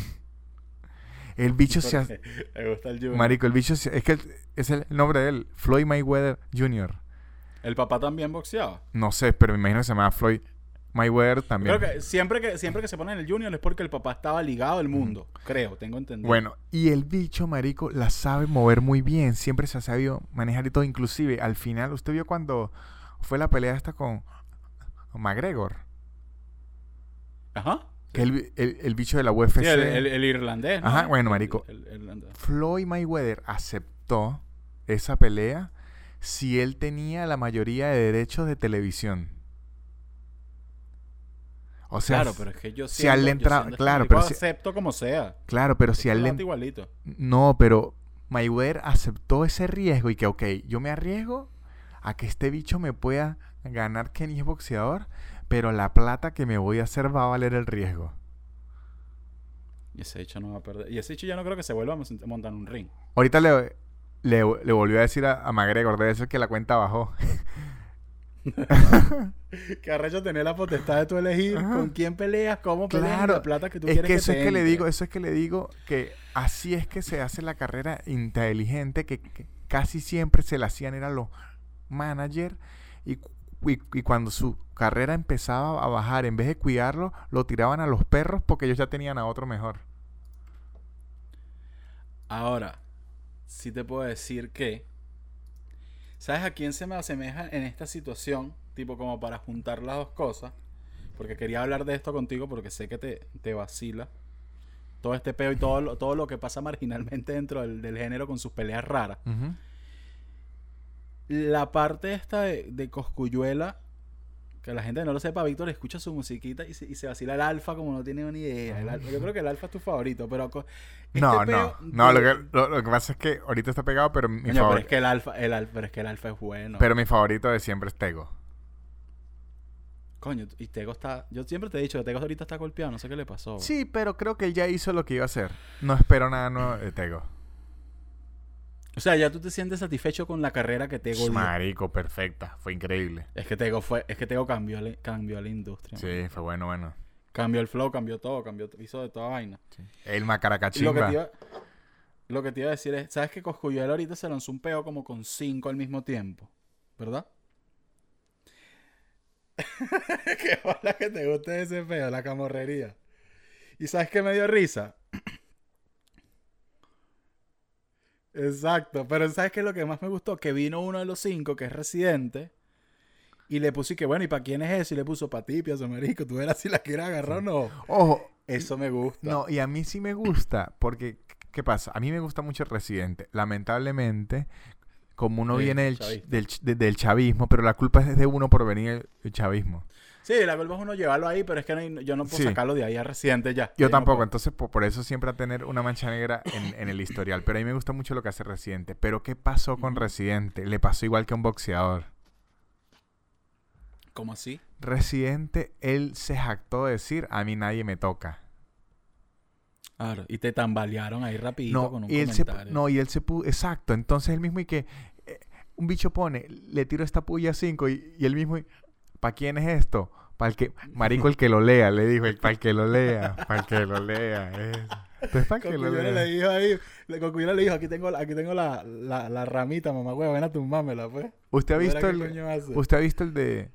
El bicho se hace... Me gusta el Junior. Marico, el bicho se- es que el- es el nombre de él, Floyd Mayweather junior El papá también boxeaba. No sé, pero me imagino que se llama Floyd Mayweather también. Creo que siempre que siempre que se ponen el Junior es porque el papá estaba ligado al mundo. Creo, tengo entendido. Bueno, y el bicho, marico, la sabe mover muy bien. Siempre se ha sabido manejar y todo. Inclusive, al final, ¿usted vio cuando fue la pelea esta con McGregor? Ajá. Que el, el, el bicho de la U F C... Sí, el, el- el irlandés, ¿no? Ajá, bueno, El- marico. el- el irlandés. Floyd Mayweather aceptó esa pelea si él tenía la mayoría de derechos de televisión. O sea, Claro, pero es que yo si siendo, a él le yo entra- siendo este claro, marico pero si- acepto como sea. claro, pero si a él le... Plata igualito. No, pero Mayweather aceptó ese riesgo y que, ok, yo me arriesgo a que este bicho me pueda ganar que ni es boxeador, pero la plata que me voy a hacer va a valer el riesgo. Y ese hecho no va a perder. Y ese hecho ya no creo que se vuelva a mont- montar en un ring. Ahorita le, le, le volvió a decir a, a McGregor, debe ser que la cuenta bajó. Que arrecho tener la potestad de tú elegir Ajá. con quién peleas, cómo peleas y Claro, la plata que tú es quieres que eso te es que le entre. digo, eso es que le digo que así es que se hace la carrera inteligente, que, que casi siempre se la hacían eran los managers y, cu- y, y cuando su carrera empezaba a bajar, en vez de cuidarlo, lo tiraban a los perros porque ellos ya tenían a otro mejor. Ahora, sí te puedo decir que... ¿Sabes a quién se me asemeja en esta situación? Tipo como para juntar las dos cosas. Porque quería hablar de esto contigo porque sé que te, te vacila. Todo este peo y todo lo, todo lo que pasa marginalmente dentro del, del género con sus peleas raras. Ujú. La parte esta de, de Cosculluela, que la gente no lo sepa, Víctor escucha su musiquita y se, y se vacila el alfa como no tiene ni idea. El Alfa- yo creo que el alfa es tu favorito, pero... co- este No, no, peo no, lo de- que, lo, lo que pasa es que ahorita está pegado, pero mi, Coño, pero es favorito, que el alfa, el alfa, pero es que el alfa es bueno. pero mi favorito de siempre es Tego. Coño, y Tego está... Yo siempre te he dicho que Tego ahorita está golpeado. No sé qué le pasó. Sí, pero creo que él ya hizo lo que iba a hacer. No espero nada nuevo de Tego. O sea, ya tú te sientes satisfecho con la carrera que Tego dio. Marico, perfecta. Fue increíble. Es que Tego fue... Es que Tego cambió, la- cambió la industria. Sí, fue bueno, bueno. Cambió el flow, cambió todo, cambió... Hizo de toda vaina. Sí. El Y Macaracachimba. lo que te iba... Lo que te iba a decir es... ¿Sabes que Cosculluela ahorita se lanzó un peo como con cinco al mismo tiempo? ¿Verdad? Qué bola que te guste ese peo, la camorrería. ¿Y sabes qué me dio risa? Exacto, pero ¿sabes qué es lo que más me gustó? Que vino uno de los cinco, que es Residente, y le puse que bueno, ¿y para quién es eso? Y le puso para ti, piazo marico, tú verás si la quieres agarrar o no. Ojo. Eso me gusta. No, y a mí sí me gusta, porque, ¿qué pasa? A mí me gusta mucho Residente. Lamentablemente, como uno Sí, viene del, ch- chavista. del, ch- de- del chavismo, pero la culpa es de uno por venir el, el chavismo. Sí, la culpa es uno llevarlo ahí, pero es que no hay- yo no puedo Sí. sacarlo de ahí a Residente ya. Yo no tampoco, puedo. entonces po- por, eso siempre a tener una mancha negra en, en el historial. Pero a mí me gusta mucho lo que hace Residente. Pero ¿qué pasó con Ujú. Residente? Le pasó igual que a un boxeador. ¿Cómo así? Residente, él se jactó de decir, a mí nadie me toca. Claro, y te tambalearon ahí rapidito No, con un y él se, pu- comentario. no, y él se puso, exacto, entonces él mismo y que eh, un bicho pone, le tiro esta puya cinco y, y él mismo, ¿para quién es esto? Para el que, marico, el que lo lea, le dijo, para el que lo lea, para el que lo lea, eso. Entonces, para que lo Cosculluela le lea. dijo ahí, le- Cosculluela le dijo, aquí tengo, la- aquí tengo la, la, la ramita, mamá huevo, ven a tumbármela, pues. ¿Usted ha Tú verás visto qué el, coño hace. usted ha visto el de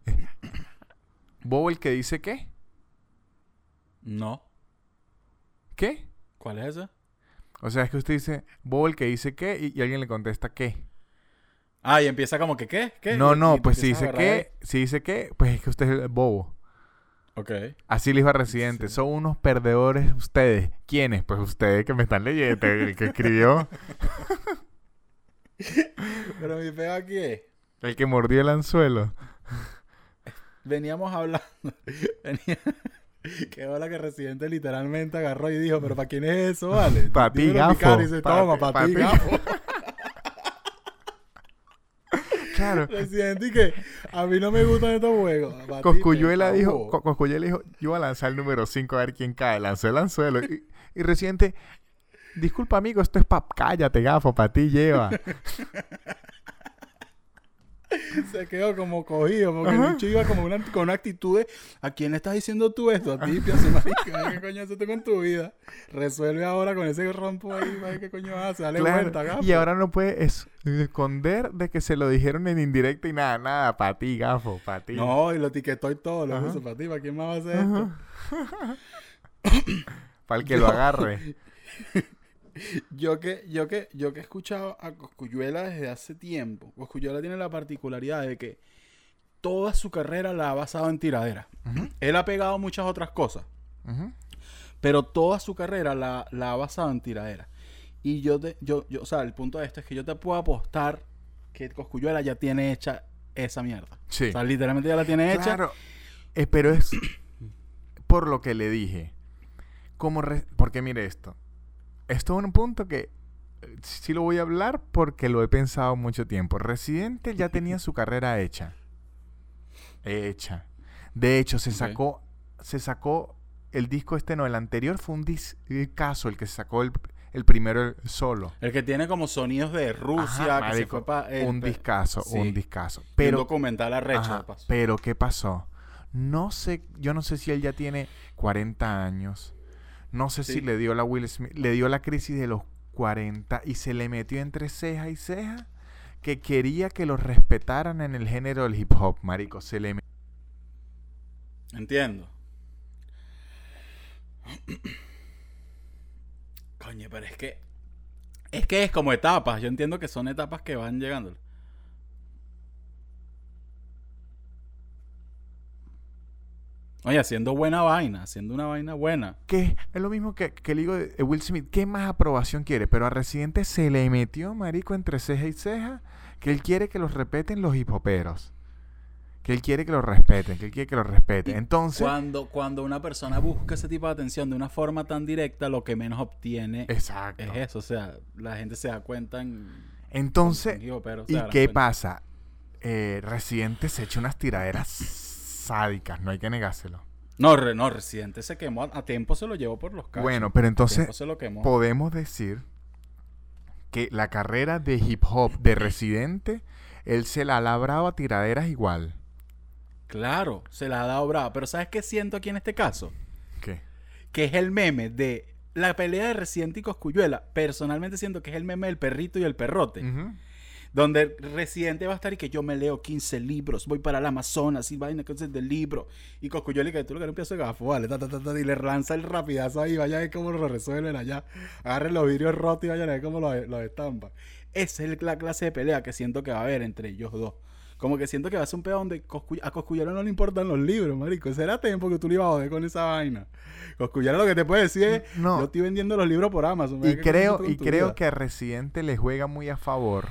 Bobo el que dice qué? No. ¿Qué? ¿Cuál es ese? O sea, es que usted dice, Bobo el que dice qué, y, y alguien le contesta qué. Ah, y empieza como que, ¿qué? ¿Qué? No, Y- no, y te pues si empiezas a dice agarrar qué, si dice qué, pues es que usted es el bobo. ahí. Ok. Así le dijo a Residente, Sí. son unos perdedores ustedes. ¿Quiénes? Pues ustedes que me están leyendo, el que escribió, Pero mi peo aquí es, el que mordió el anzuelo. veníamos hablando, venía... Qué bola que Residente literalmente agarró y dijo, pero ¿para quién es eso, vale? Pa' ti, Dímelo en mi gafo. cara y dice, Pa' toma, ti, para pa' ti, ti". gafo. Claro. Residente y que a mí no me gustan estos juegos. Pa' ti, Cosculluela pe, dijo, pavo. Co- Cosculluela dijo, yo voy a lanzar el número cinco a ver quién cae. Lanzó el anzuelo. Y, y Residente, disculpa amigo, esto es pa... Cállate, gafo, para ti lleva. Se quedó como cogido, porque Ajá. el bicho iba como una, con una actitud de ¿a quién le estás diciendo tú esto? A ti, piazo marica, ¿qué coño haces tú con tu vida? Resuelve ahora con ese rompo ahí, ¿sabes qué coño hace? Dale Claro, vuelta, gafo. y ahora no puede es- esconder de que se lo dijeron en indirecto y nada, nada, para ti, gafo, para ti. No, y lo etiquetó y todo, lo Ajá. puso para ti, ¿para quién más va a hacer esto? Para el que lo agarre. Yo que, yo que, yo que he escuchado a Cosculluela desde hace tiempo, Cosculluela tiene la particularidad de que toda su carrera la ha basado en tiradera. Ujú, Él ha pegado muchas otras cosas, ujú. pero toda su carrera la, la ha basado en tiradera. Y yo, te, yo, yo, o sea, el punto de esto es que yo te puedo apostar que Cosculluela ya tiene hecha esa mierda. Sí. O sea, literalmente ya la tiene hecha. Claro, eh, pero es por lo que le dije. Como re- porque mire esto. Esto es un punto que eh, sí lo voy a hablar porque lo he pensado mucho tiempo. Residente ya tenía su carrera hecha. Hecha. De hecho, se Ok. sacó, se sacó el disco este, no, el anterior fue un discazo, el que se sacó el, el primero solo. El que tiene como sonidos de Rusia, Ajá, que se marico, fue para... un discazo, sí. un discazo. un Pero documental arrecho, Ajá, de paso. pero ¿qué pasó? No sé, yo no sé si él ya tiene cuarenta años. No sé Sí. si le dio la Will Smith, le dio la crisis de los cuarenta y se le metió entre ceja y ceja que quería que lo respetaran en el género del hip hop, marico. Se le metió. Entiendo. Coño, pero es que... Es que es como etapas. Yo entiendo que son etapas que van llegando. Oye, haciendo buena vaina. Haciendo una vaina buena. Que es lo mismo que, que le digo de Will Smith. ¿Qué más aprobación quiere? Pero a Residente se le metió, marico, entre ceja y ceja que él quiere que los respeten los hip hoperos. Que él quiere que los respeten, que él quiere que los respeten. Entonces... Cuando, cuando una persona busca ese tipo de atención de una forma tan directa, lo que menos obtiene Exacto. es eso. O sea, la gente se da cuenta en... Entonces, con- con- pero se ¿y darán qué cuenta. pasa? Eh, Residente se echa unas tiraderas sádicas, no hay que negárselo. No, re, no, Residente se quemó. A, a tiempo se lo llevó por los cachos. Bueno, pero A entonces tiempo se lo quemó. podemos decir que la carrera de hip hop de Residente, él se la ha labrado a tiraderas igual. Claro, se la ha dado brava. Pero ¿sabes qué siento aquí en este caso? ¿Qué? Que es el meme de la pelea de Residente y Cosculluela. Personalmente siento que es el meme del perrito y el perrote. Uh-huh. Donde Residente va a estar y que yo me leo quince libros, voy para el Amazonas y vaina cosas del libro. Y Cosculluela y que tú lo que no empiezas a gafo, vale, ta, ta, ta, ta, y le lanza el rapidazo ahí, vaya a ver cómo lo resuelven allá. Agarren los vidrios rotos y vayan a ver cómo los lo estampan. Esa es la clase de pelea que siento que va a haber entre ellos dos. Como que siento que va a ser un pedo donde Coscuy- a Cosculluela no le importan los libros, marico. Será tiempo que tú le ibas a joder con esa vaina. Cosculluela lo que te puede decir es, No. yo estoy vendiendo los libros por Amazon. Y mira qué creo, coño tú y con tu creo vida. que a Residente le juega muy a favor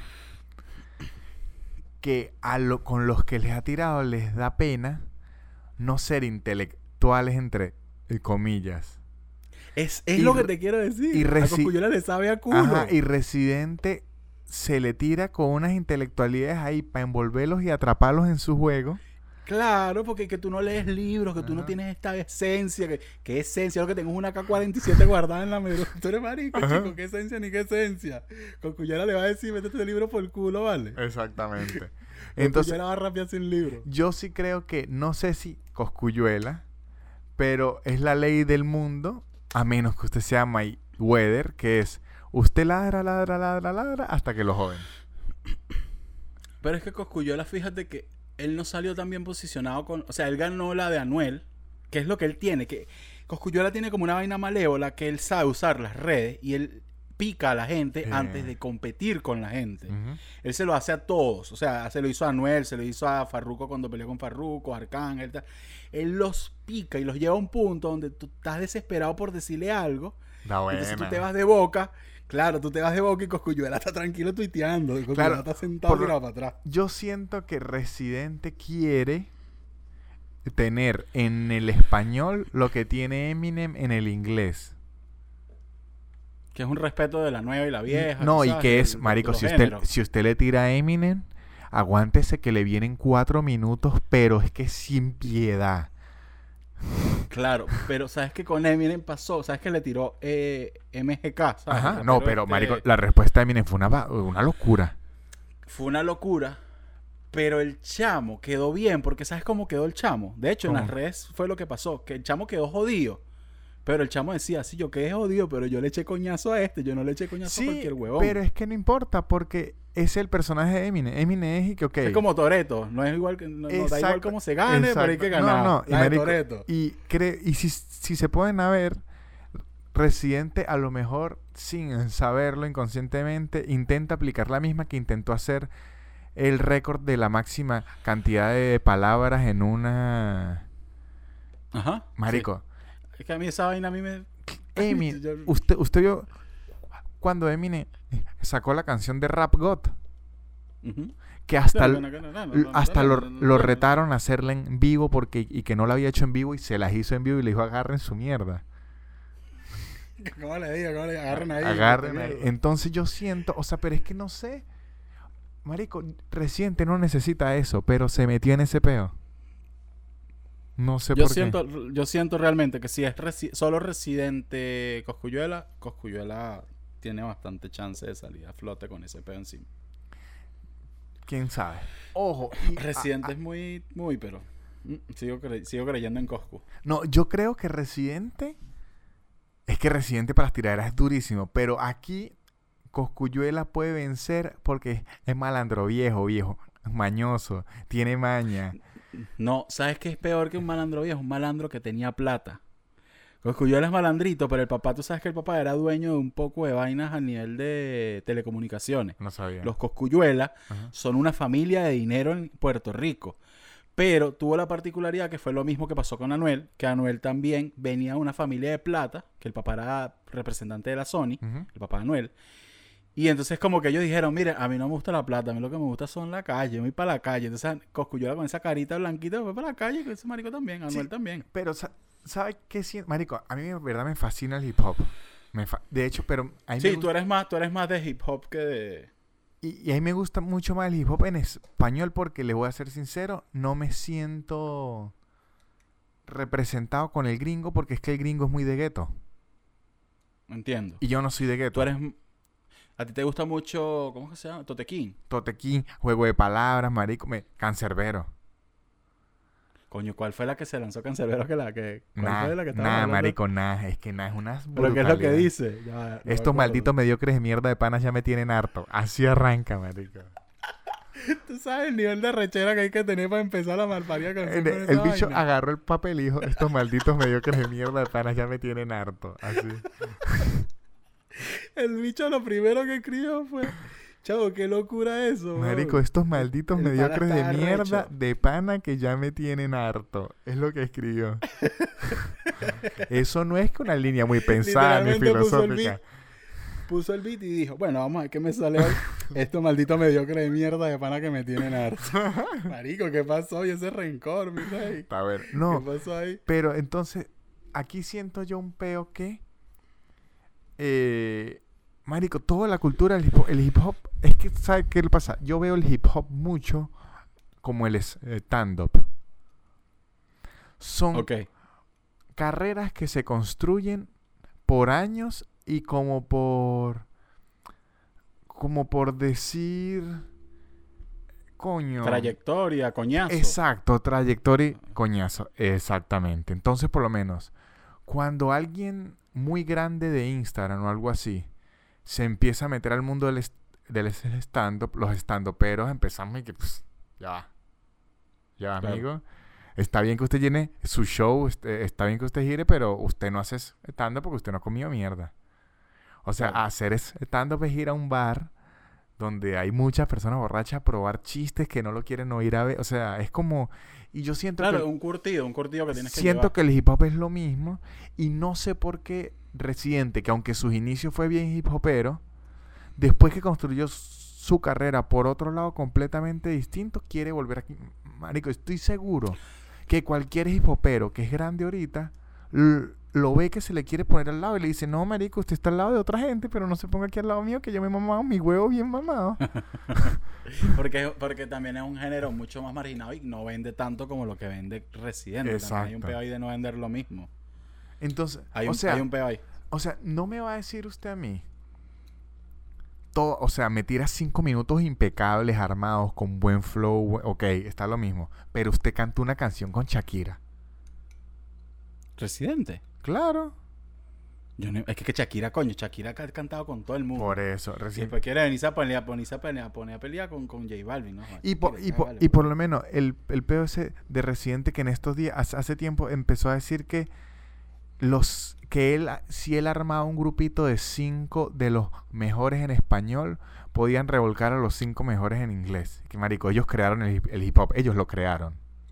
que a lo, con los que les ha tirado les da pena no ser intelectuales entre eh, comillas. Es, es y lo re- que te quiero decir. y A reci- Cosculluela le sabe a culo. Ajá, y Residente se le tira con unas intelectualidades ahí para envolverlos y atraparlos en su juego. Claro, porque que tú no lees libros, que tú no Ajá. tienes esta esencia. Que, ¿Qué esencia? Lo que tengo es una K cuarenta y siete guardada en la medusa. Tú eres marico, Ajá. chico. ¿Qué esencia ni qué esencia? Cosculluela le va a decir, métete el libro por el culo, ¿vale? Exactamente. Entonces, Entonces, Cosculluela va a rapear sin libro. yo sí creo que, no sé si Cosculluela, pero es la ley del mundo, a menos que usted sea Mayweather, que es, usted ladra, ladra, ladra, ladra, hasta que lo joden. Pero es que Cosculluela, fíjate que él no salió tan bien posicionado con... O sea, él ganó la de Anuel, que es lo que él tiene. Que Cosculluela tiene como una vaina malévola que él sabe usar las redes y él pica a la gente Eh. antes de competir con la gente. Ujú. Él se lo hace a todos. O sea, se lo hizo a Anuel, se lo hizo a Farruko cuando peleó con Farruko, a Arcángel, tal. Él los pica y los lleva a un punto donde tú estás desesperado por decirle algo. Da buena. Entonces tú te vas de boca. Claro, tú te vas de boca y Cosculluela está tranquilo tuiteando. Cosculluela Claro, está sentado por- tirado para atrás. Yo siento que Residente quiere tener en el español lo que tiene Eminem en el inglés. Que es un respeto de la nueva y la vieja. No, y ¿sabes? que De- es, de- marico, de los si usted, géneros. si usted le tira a Eminem, aguántese que le vienen cuatro minutos, pero es que sin piedad. Claro, pero ¿sabes qué con Eminem pasó? ¿Sabes que le tiró eh, M G K? ¿sabes? Ajá, El no, rapero pero, este- marico, la respuesta de Eminem fue una, va- una locura. Fue una locura, pero el chamo quedó bien, porque ¿sabes cómo quedó el chamo? De hecho, en ¿Cómo? las redes fue lo que pasó, que el chamo quedó jodido. Pero el chamo decía, sí, yo quedé jodido, pero yo le eché coñazo a este, yo no le eché coñazo a Sí, cualquier huevón. pero es que no importa, porque es el personaje de Eminem. Eminem es y que, ok. Es como Toreto, no es igual que no, no da igual Exacto, cómo se gane, pero hay que exacto. ganar. No, no, y, La de marico, Toretto. y, cre- y si, si se pueden ver, Residente a lo mejor sin saberlo inconscientemente intenta aplicar la misma que intentó hacer el récord de la máxima cantidad de palabras en una... Ajá. Marico, sí. Es que a mí esa vaina a mí me... Eminem, Yo- usted, usted vio cuando Eminem sacó la canción de Rap God, Ujú. que hasta, No, l- no, no, no, no, l- no, hasta no, lo, no, no, lo no, no. retaron a hacerla en vivo porque y que no la había hecho en vivo y se las hizo en vivo y le dijo agarren su mierda. ¿Cómo le digo? ¿Cómo le digo? Agarren ahí. Agarren puta ahí. mierda. Entonces yo siento, o sea, pero es que no sé. Marico, Residente no necesita eso, pero se metió en ese peo. No sé Yo por siento, yo siento realmente que si es resi- solo Residente Cosculluela, Cosculluela tiene bastante chance de salir a flote con ese pedo encima. qué. ¿Quién sabe? Ojo. y- Residente a- a- es muy, muy, pero mm, sigo, cre- sigo creyendo en Coscu. No, yo creo que Residente... Es que Residente para las tiraderas es durísimo, pero aquí Cosculluela puede vencer porque es malandro viejo, viejo, es mañoso, tiene maña. No, ¿sabes qué es peor que un malandro viejo? Un malandro que tenía plata. Cosculluela es malandrito, pero el papá, tú sabes que el papá era dueño de un poco de vainas a nivel de telecomunicaciones. No sabía. Los Cosculluela Ajá. son una familia de dinero en Puerto Rico. Pero tuvo la particularidad que fue lo mismo que pasó con Anuel, que Anuel también venía de una familia de plata, que el papá era representante de la Sony, Ujú. el papá de Anuel. Y entonces como que ellos dijeron, mire, a mí no me gusta la plata, a mí lo que me gusta son la calle, me voy para la calle. Entonces Cosculluela con esa carita blanquita fue para la calle, con ese marico también, Anuel Sí. también. Pero, sa- ¿sabe qué siento? Marico, a mí de verdad me fascina el hip hop. Me fa- de hecho, pero a mí me Sí, gusta- tú eres más, tú eres más de hip hop que de... y, y a mí me gusta mucho más el hip hop en español porque, les voy a ser sincero, no me siento representado con el gringo porque es que el gringo es muy de gueto. Entiendo. Y yo no soy de Tú gueto. eres... A ti te gusta mucho... ¿Cómo es que se llama? Totequín. Totequín, juego de palabras, marico, me... cancerbero. Coño, ¿cuál fue la que se lanzó Cancerbero que la que... ¿Cuál Nah, fue la que estaba nah, hablando? marico, nah. Es que nah, es una ¿Pero qué es lo que brutalidad. dice? Ya, no me Estos acuerdo. malditos mediocres de mierda de panas ya me tienen harto. Así arranca, marico. Tú sabes el nivel de rechera que hay que tener para empezar la malparida canción El, con el esa bicho vaina. agarró el papel y dijo, estos malditos mediocres de mierda de panas ya me tienen harto. Así. El bicho lo primero que escribió fue... Chavo, qué locura eso, Marico, weón. estos malditos El pana mediocres de está mierda arrecho. de pana que ya me tienen harto. Es lo que escribió. Eso no es que una línea muy pensada ni Literalmente puso el filosófica. beat. Puso el beat y dijo, bueno, vamos a ver qué me sale hoy. Estos malditos mediocres de mierda de pana que me tienen harto. Marico, ¿qué pasó? Y ese rencor, mi rey. A ver, ¿Qué no, pasó ahí? pero entonces, aquí siento yo un peo que... Eh, marico, toda la cultura del hip hop, el hip hop... Es que, ¿sabes qué le pasa? Yo veo el hip hop mucho como el es- eh, stand-up. Son Ok. carreras que se construyen por años y como por... Como por decir... Coño. Trayectoria, coñazo. Exacto, trayectoria y coñazo. Exactamente. Entonces, por lo menos, cuando alguien muy grande de Instagram o algo así se empieza a meter al mundo del, est- del es- stand-up, los stand-uperos empezamos y que, pues, ya va. Ya va, Claro. amigo. Está bien que usted llene su show, este, está bien que usted gire, pero usted no hace stand-up porque usted no ha comido mierda. O sea, Claro. hacer es- stand-up es ir a un bar donde hay muchas personas borrachas a probar chistes que no lo quieren oír a ver. O sea, es como... Y yo siento Claro, que... un curtido, un curtido que tienes que Siento llevar. que el hip hop es lo mismo y no sé por qué Residente, que aunque sus inicios fue bien hip hopero, después que construyó su carrera por otro lado completamente distinto, quiere volver aquí. Marico, estoy seguro que cualquier hip hopero que es grande ahorita l- lo ve que se le quiere poner al lado y le dice, no, marico, usted está al lado de otra gente, pero no se ponga aquí al lado mío que yo me he mamado mi huevo bien mamado. Porque, porque también es un género mucho más marginado y no vende tanto como lo que vende Residente. También hay un Exacto. peo ahí de no vender lo mismo. Entonces, Hay o un, sea, hay un peo ahí. O sea, no me va a decir usted a mí. Todo, o sea, me tira cinco minutos impecables, armados, con buen flow. bu- Ok, está lo mismo. Pero usted canta una canción con Shakira. Residente. Claro. Yo no- es que, que Shakira, coño, Shakira ha cantado con todo el mundo. Por eso. Y recién- después quiere venirse a pelear, ponerse a pelear, poner a pelear con, con J Balvin, ¿no? Y por, Shakira, y, ya por, vale, y pues. por lo menos el, el peo ese de Residente que en estos días, hace, hace tiempo, empezó a decir que los que él, si él armaba un grupito de cinco de los mejores en español, podían revolcar a los cinco mejores en inglés. Que marico, ellos crearon el, hip- el hip hop, ellos lo crearon.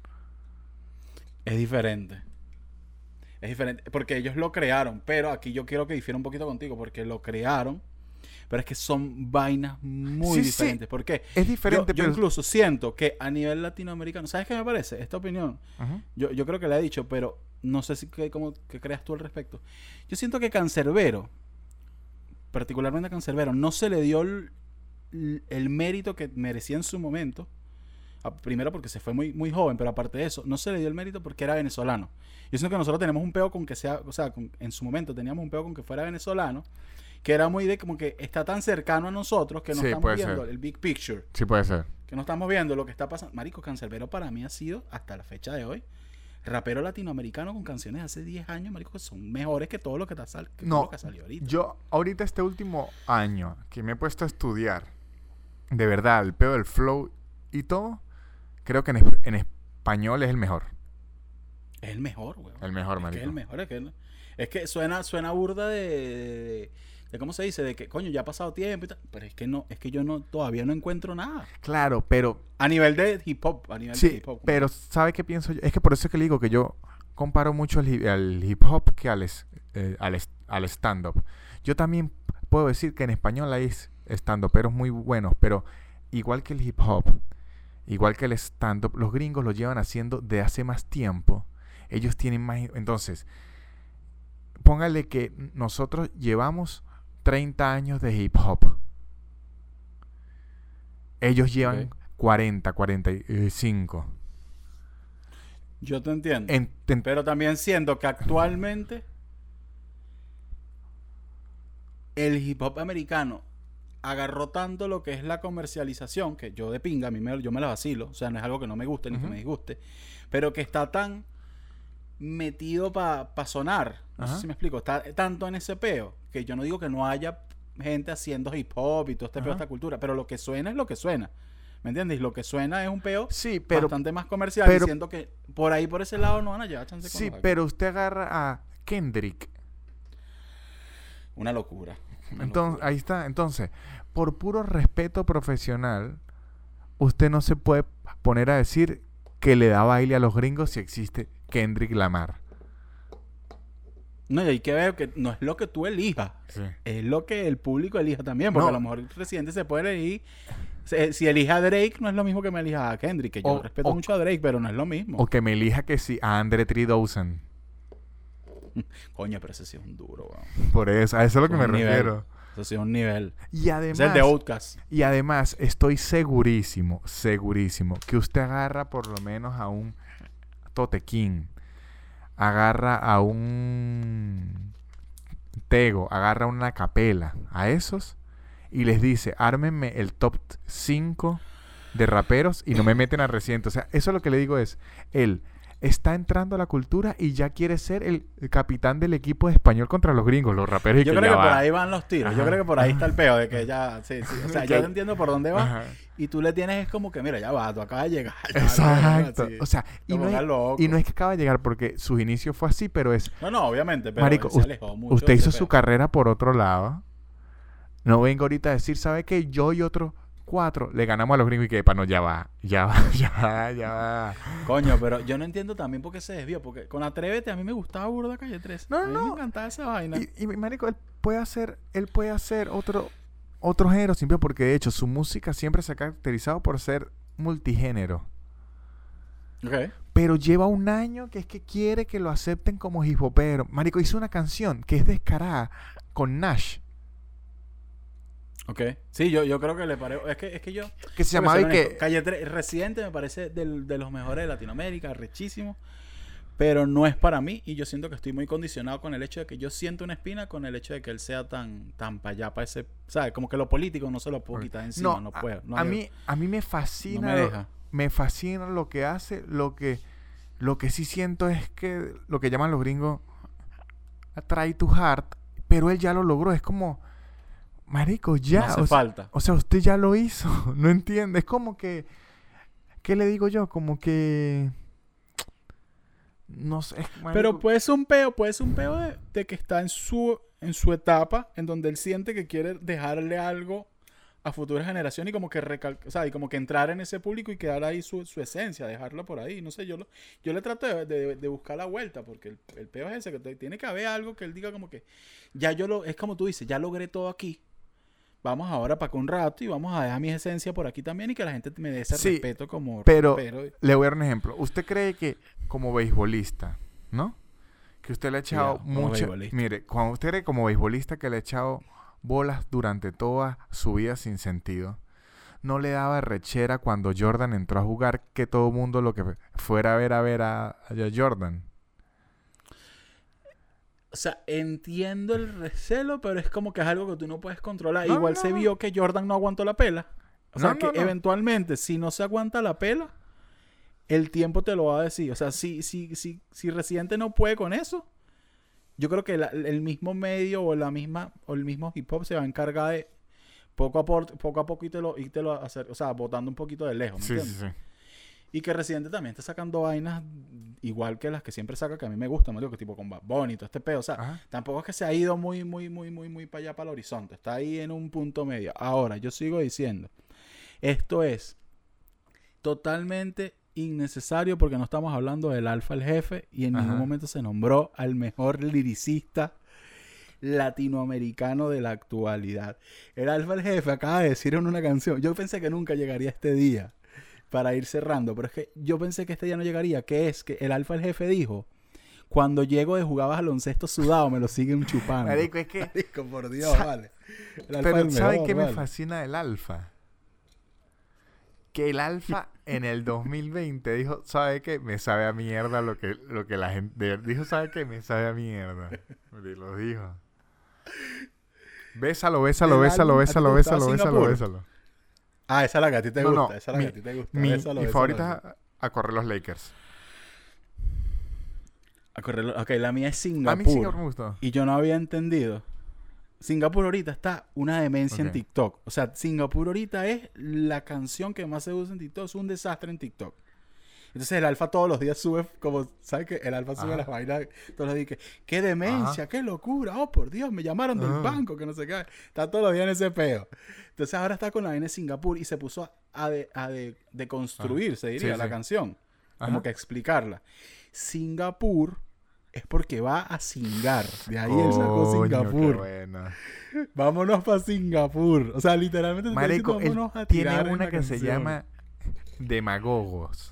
Es diferente. Es diferente. Porque ellos lo crearon. Pero aquí yo quiero que difiera un poquito contigo. Porque lo crearon. Pero es que son vainas muy Sí, sí. diferentes. ¿Por qué? Es diferente, yo, yo pero... incluso siento que a nivel latinoamericano, ¿sabes qué me parece? Esta opinión, Ujú. yo, yo creo que la he dicho, pero no sé si qué, cómo, qué creas tú al respecto. Yo siento que Cancerbero, particularmente a Cancerbero, no se le dio el, el mérito que merecía en su momento. A- Primero porque se fue muy, muy joven, pero aparte de eso, no se le dio el mérito porque era venezolano. Yo siento que nosotros tenemos un peo con que sea, o sea, con- en su momento teníamos un peo con que fuera venezolano, que era muy de como que está tan cercano a nosotros que no Sí, estamos puede viendo ser. el big picture. Sí puede ser. Que no estamos viendo lo que está pasando. Marico, Cancerbero para mí ha sido, hasta la fecha de hoy, rapero latinoamericano con canciones de hace diez años, marico, que son mejores que todo lo que, está sal que, todo No, lo que ha salido ahorita. yo ahorita este último año que me he puesto a estudiar, de verdad, el pedo del flow y todo, creo que en, es- en español es el mejor. Es el mejor, weón. El mejor, Es que marico. es el mejor. Es que, es que suena, suena burda de, de, de- ¿cómo se dice? De que, coño, ya ha pasado tiempo y tal. Pero es que no, es que yo no, todavía no encuentro nada. Claro, pero A nivel de hip hop, a nivel de sí, hip hop. pero ¿sabe qué pienso yo? Es que por eso es que le digo que yo comparo mucho al, hi- al hip hop que al, es- eh, al, es- al stand-up. Yo también puedo decir que en español hay s- stand-uperos muy buenos, pero igual que el hip hop, igual que el stand-up, los gringos lo llevan haciendo de hace más tiempo. Ellos tienen más... Entonces, póngale que nosotros llevamos treinta años de hip hop. Ellos llevan Ok. cuarenta, cuarenta y cinco. Yo te entiendo. En- en- Pero también siento que actualmente el hip hop americano agarró tanto lo que es la comercialización, que yo de pinga, a mí me, yo me la vacilo, o sea, no es algo que no me guste ni Ujú. que me disguste, pero que está tan metido para pa sonar, no Ajá. sé si me explico, está tanto en ese peo, que yo no digo que no haya gente haciendo hip hop y todo este peo, Ajá. esta cultura, pero lo que suena es lo que suena, ¿me entiendes? Y lo que suena es un peo Sí, pero, bastante más comercial, pero- diciendo que por ahí, por ese lado, no van a llevar chance con sí, los- pero usted agarra a Kendrick. Una locura. una Entonces, locura. ahí está. Entonces, por puro respeto profesional, usted no se puede poner a decir que le da baile a los gringos si existe Kendrick Lamar. No, y hay que ver que no es lo que tú elijas, Sí. es lo que el público elija también, porque No. a lo mejor el Residente se puede elegir. Si, si elija a Drake, no es lo mismo que me elija a Kendrick, que yo O- respeto o- mucho a Drake, pero no es lo mismo. O que me elija que sí a Andre three thousand. Coño, pero ese sí es un duro, weón. Por eso, a eso es lo que Es me un nivel. refiero. Eso sí es un nivel. Y Es el además, de Outkast. y además, estoy segurísimo, segurísimo, que usted agarra por lo menos a un Totequín, agarra a un Tego, agarra una Capela, a esos, y les dice, ármenme el top cinco de raperos y no me meten a Residente. O sea, eso lo que le digo es, él está entrando a la cultura y ya quiere ser el, el capitán del equipo de español contra los gringos, los raperos. Y Yo que creo ya que por va. ahí van los tiros. Yo Ajá. creo que por ahí está el peo de que ya. Sí, sí. O sea, Que- yo te entiendo por dónde va. Ajá. Y tú le tienes es como que, mira, ya va, tú acabas de llegar. ya, Exacto. así. O sea, y Te no, pongas es, loco. y no es que acaba de llegar porque sus inicios fue así, pero es, No, no, obviamente. Pero marico, él se us- alejó mucho usted de hizo ese su peo. carrera por otro lado. No vengo ahorita a decir, ¿sabe qué? Yo y otros cuatro le ganamos a los gringos y que, pa, no, ya va, ya va, ya va, ya va. Coño, pero yo no entiendo también por qué se desvió. Porque con Atrévete a mí me gustaba burda Calle trece. No, a mí no. me encantaba esa vaina. Y, y marico, él puede hacer, él puede hacer otro, otro género siempre porque de hecho su música siempre se ha caracterizado por ser multigénero. Ok. Pero lleva un año que es que quiere que lo acepten como hip hopero. Marico, hizo una canción que es descarada con Nash. Ok. Sí, yo, yo creo que le paré. Es que, es que yo. Que se Tengo llamaba y ser honesto, que... Calle tres, Residente me parece del- de los mejores de Latinoamérica, rechísimo. Pero no es para mí. Y yo siento que estoy muy condicionado con el hecho de que yo siento una espina con el hecho de que él sea tan, tan para allá, para ese. ¿Sabes? Como que lo político no se lo puedo quitar encima. No, a- puedo. No, a, yo- mí, a mí me no fascina... me lo- deja. me fascina lo que hace. Lo que, lo que sí siento es que lo que llaman los gringos try to heart. Pero él ya lo logró. Es como... Marico, ya. no hace o sea, falta. O sea, usted ya lo hizo. No entiende. Es como que... ¿Qué le digo yo? Como que... No sé. Pero marico, puede ser un peo, puede ser un peo de, de que está en su, en su etapa, en donde él siente que quiere dejarle algo a futuras generaciones y como que recal- o sea, y como que entrar en ese público y quedar ahí su, su esencia, dejarlo por ahí. No sé, yo lo, yo le trato de, de- de buscar la vuelta, porque el, el peo es ese, que te- tiene que haber algo que él diga como que ya yo lo, es como tú dices, ya logré todo aquí. Vamos ahora para acá un rato y vamos a dejar mi esencia por aquí también y que la gente me dé ese Sí, respeto como pero- rapero. Le voy a dar un ejemplo. ¿Usted cree que como beisbolista, ¿no? Que usted le ha echado Cuidado, como mucho... beisbolista. Mire, cuando usted cree como beisbolista que le ha echado bolas durante toda su vida sin sentido, no le daba rechera cuando Jordan entró a jugar que todo el mundo lo que fuera a ver a ver a, a Jordan. O sea, entiendo el recelo, pero es como que es algo que tú no puedes controlar. No, Igual no, se no. vio que Jordan no aguantó la pela. O sea, No, que no, no. eventualmente, si no se aguanta la pela, el tiempo te lo va a decir. O sea, si, si, si, si Residente no puede con eso, yo creo que la- el mismo medio o la misma o el mismo hip hop se va a encargar de poco a poco, poco a poco y te lo, y te lo hacer, o sea, botando un poquito de lejos, ¿me Sí, entiendes? sí, sí. Y que Residente también está sacando vainas igual que las que siempre saca, que a mí me gustan, ¿me digo? Que tipo con Bad Bunny y todo este peo. O sea, Ajá. tampoco es que se ha ido muy, muy, muy, muy, muy para allá, para el horizonte. Está ahí en un punto medio. Ahora, yo sigo diciendo, esto es totalmente innecesario porque no estamos hablando del Alfa el Jefe y en Ajá. ningún momento se nombró al mejor liricista latinoamericano de la actualidad. El Alfa el Jefe acaba de decir en una canción, yo pensé que nunca llegaría este día para ir cerrando, pero es que yo pensé que este día no llegaría, que es que el Alfa el Jefe dijo, cuando llego de jugar baloncesto sudado me lo siguen chupando. Marico, es que... Marico, por Dios, Sa- vale. El Alfa Pero es el ¿saben mejor, qué me vale. fascina del Alfa? que el Alfa en el dos mil veinte dijo, ¿sabe qué? Me sabe a mierda lo que, lo que la gente... Dijo, ¿sabe qué? Me sabe a mierda. Y lo dijo. Bésalo, bésalo, El bésalo, álbum, ¿a ti te bésalo, gustaba bésalo, bésalo, Singapur? bésalo. Ah, esa es la que a ti te No, gusta. no, Esa es la mi, que a ti te gusta. mi, Bésalo, mi bésalo, favorita bésalo. es a, a correr los Lakers. A correr- Ok, la mía es A mí Singapur. Singapur me gustó. Y yo no había entendido. Singapur ahorita está una demencia en Ok. TikTok. O sea, Singapur ahorita es la canción que más se usa en TikTok. Es un desastre en TikTok. Entonces el Alfa todos los días sube, como, ¿sabes qué? El Alfa sube Ajá. las vainas todos los días. Que, ¡qué demencia! Ajá. ¡Qué locura! ¡Oh, por Dios! Me llamaron del Ah. banco, que no sé qué. Está todos los días en ese peo. Entonces ahora está con la vaina de Singapur y se puso a de, a de, de construir, se diría, Sí, la sí. canción. Ajá. Como que explicarla. Singapur es porque va a singar. De ahí él sacó Coño, Singapur. qué buena. Vámonos para Singapur. O sea, literalmente te está Marico, diciendo, él vámonos a tiene tirar en una la que se canción. llama Demagogos.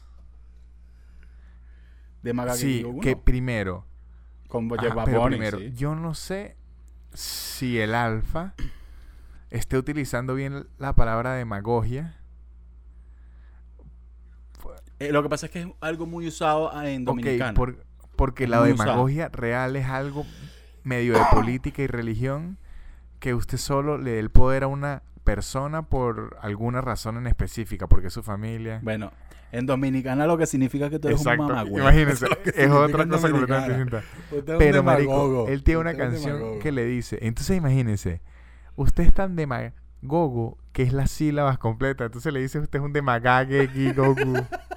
De Magagi Sí, uno. que primero... Con Ajá, J pero Bunny, primero, sí. yo no sé si el Alfa esté utilizando bien la palabra demagogia. Eh, lo que pasa es que es algo muy usado ah, en Ok, Dominicana. por- porque Es la muy usado. demagogia real es algo medio de política y religión que usted solo le dé el poder a una persona por alguna razón en específica, porque es su familia. Bueno, en Dominicana lo que significa que tú eres Exacto, un mamagüey. imagínense, Eso lo que es significa otra en cosa completamente Dominicana. distinta. Usted es un Pero marico, demagogo. él tiene una Usted es un canción demagogo. que le dice, entonces imagínense, usted es tan demagogo que es las sílabas completas, entonces le dice usted es un demagogue gigogu.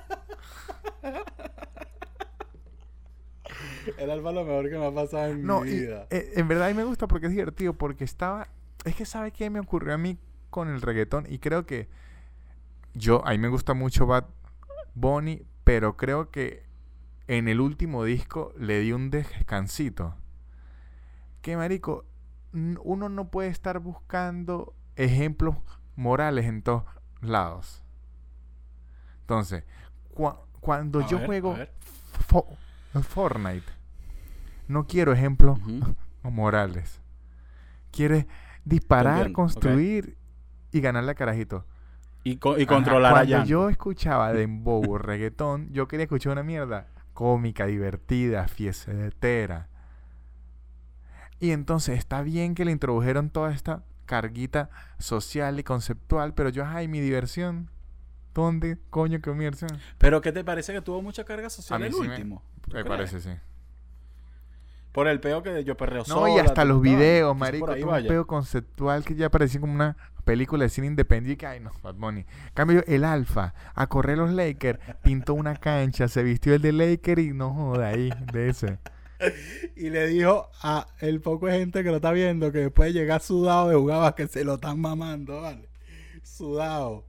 El Alfa es lo mejor que me ha pasado en No, mi y, vida. eh, en verdad a mí me gusta porque es divertido, porque estaba, es que sabe qué me ocurrió a mí con el reggaetón y creo que yo, a mí me gusta mucho Bad Bunny, pero creo que en el último disco le di un descansito. Que marico, n- uno no puede estar buscando ejemplos morales en todos lados. Entonces, cua- cuando A yo ver, a juego ver. fo- Fortnite, no quiero ejemplos Ujú. morales. Quiero disparar, entiendo, ok. construir y ganarle a carajito. Y, co- y Ajá, controlar a Cuando Yanko. yo escuchaba dembow o reggaetón, yo quería escuchar una mierda cómica, divertida, fiestera. Y entonces está bien que le introdujeron toda esta carguita social y conceptual, pero yo, ay, mi diversión. ¿Dónde coño que mi diversión? Pero ¿qué te parece que tuvo mucha carga A social mí el sí me- último? ¿Tú Me crees? parece, sí. Por el peo que yo perreo No, y sola, hasta tú los estabas, videos, quizás marico, por ahí todo un vaya. peo conceptual que ya parecía como una película de cine independiente. Y que, ay, no, Bad Bunny. En cambio, el Alfa, a correr los Lakers, pintó una cancha, se vistió el de Lakers y no joda ahí, de ese. Y le dijo a el poco de gente que lo está viendo que después de llegar sudado de jugar que se lo están mamando, ¿vale? Sudado.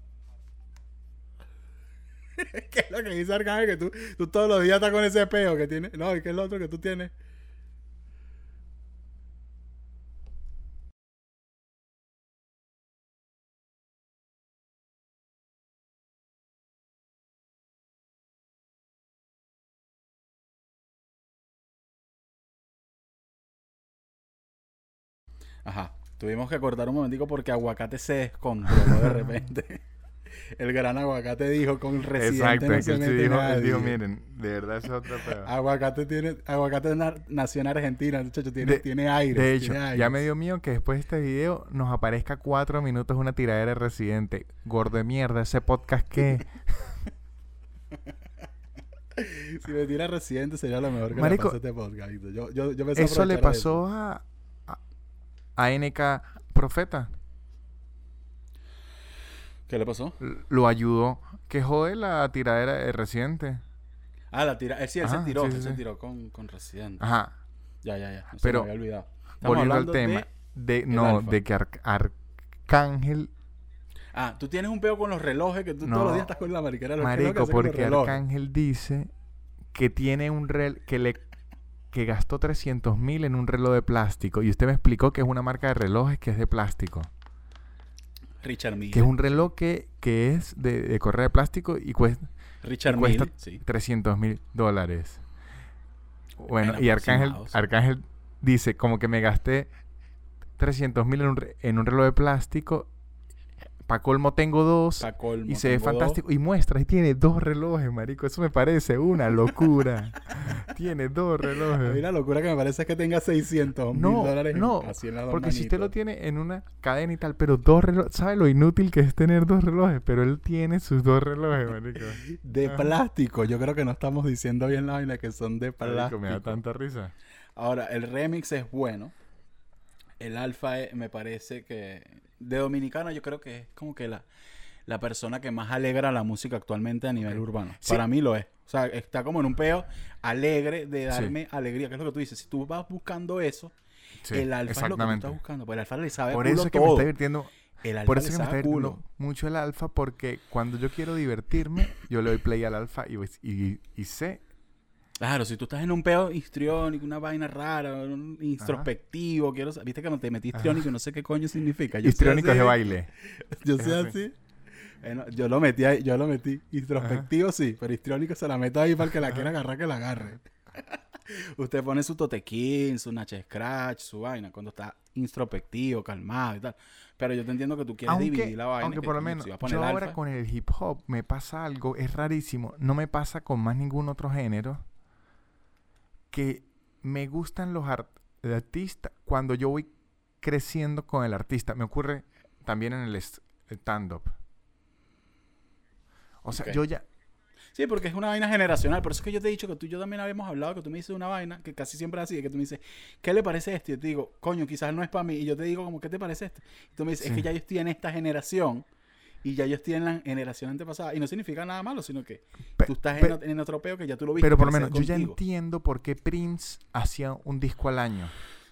¿Qué es lo que dice Arcángel? Que tú, tú todos los días estás con ese peo que tienes. No, ¿y qué es lo otro que tú tienes? Ajá. Tuvimos que cortar un momentico porque Aguacate se descontroló de repente. El gran Aguacate dijo con Residente Exacto, no es que se él sí mete dijo, él nadie. dijo, miren, de verdad eso es otro peo. Aguacate tiene, Aguacate na- nació en Argentina, muchacho, tiene, De- tiene aire. De hecho, tiene aires. ya me dio miedo que después de este video nos aparezca cuatro minutos una tiradera de Residente. Gordo de mierda, ese podcast que... Si me tira Residente sería lo mejor que Marico, le pase a este podcast. ¿viste? Yo, yo, yo empecé a Eso le aprovechar pasó a, a, a N K Profeta. eso. ¿Qué le pasó? L- Lo ayudó. Que jode la tiradera de Residente. Ah, la tira. Él sí, él Ajá, se tiró. sí, sí, él se sí. tiró con, con Residente. Ajá. Ya, ya, ya. No Pero, se me había olvidado. Estamos Volviendo al hablando tema. de- De, no, Alfa. de que Ar- Arcángel... Ah, tú tienes un peo con los relojes que tú No, todos los días estás con la mariquera. de los- ¿qué es lo que Marico, haces con los porque relojes? Arcángel dice que tiene un reloj... Que le... Que gastó trescientos mil en un reloj de plástico. Y usted me explicó que es una marca de relojes que es de plástico. Richard Mille. Que es un reloj que, que es de, de correa de plástico y cuesta, Richard y cuesta Mille, sí. trescientos mil dólares. Bueno, Bueno, y Arcángel, aproximados. Arcángel dice como que me gasté trescientos mil en un, re- en un reloj de plástico, pa' colmo tengo dos. Pa' colmo, y se ve tengo dos. fantástico. Y muestra, y tiene dos relojes, marico. Eso me parece una locura. Tiene dos A mí relojes. la locura que me parece es que tenga seiscientos mil No, dólares en- no. así en las dos Porque si usted lo manitos. tiene en una cadena y tal, pero dos relojes, ¿sabe lo inútil que es tener dos relojes? Pero él tiene sus dos relojes, marico. De Ah. plástico. Yo creo que no estamos diciendo bien la vaina que son de Marico, plástico. me da tanta risa. Ahora, el remix es bueno. El alfa es- me parece que... De dominicano yo creo que es como que la, la persona que más alegra la música actualmente a nivel urbano. Sí. Para mí lo es. O sea, está como en un peo alegre de darme alegría. Que es lo que tú dices. Si tú vas buscando eso, Sí, el alfa es lo que tú exactamente. estás buscando. Pues el alfa le sabe Por culo eso es que me todo. está divirtiendo. El alfa Por le eso es que me está sabe divirtiendo culo. mucho el alfa, porque cuando yo quiero divertirme, yo le doy play al alfa y, y, y sé. Claro, si tú estás en un peo histriónico, una vaina rara, un introspectivo, quiero sa- viste que te metí histriónico y no sé qué coño significa. Yo soy Histriónicos así, de baile. Yo Es soy así. así. Bueno, yo lo metí ahí, yo lo metí. Introspectivo sí, pero histriónico se la meto ahí para el que la quiera agarrar, que la agarre. Usted pone su totequín, su Nach Scratch, su vaina, cuando está introspectivo, calmado y tal. Pero yo te entiendo que tú quieres Aunque, dividir la vaina. aunque que por lo coño, menos, si vas a poner yo ahora alfa, con el hip hop me pasa algo, es rarísimo. No me pasa con más ningún otro género. Que me gustan los art- artistas cuando yo voy creciendo con el artista. Me ocurre también en el est- stand-up. O sea, Ok. yo ya... Sí, porque es una vaina generacional. Por eso es que yo te he dicho que tú y yo también habíamos hablado, que tú me dices una vaina, que casi siempre es así, que tú me dices, ¿qué le parece esto? Y yo te digo, coño, quizás no es para mí. Y yo te digo, como, ¿qué te parece esto? Y tú me dices, es Sí. que ya yo estoy en esta generación y ya yo estoy en la generación antepasada. Y no significa nada malo, sino que Pe- tú estás pe- en, ot- en otro peo que ya tú lo viste. Pero por lo crecer menos, yo ya contigo. entiendo por qué Prince hacía un disco al año.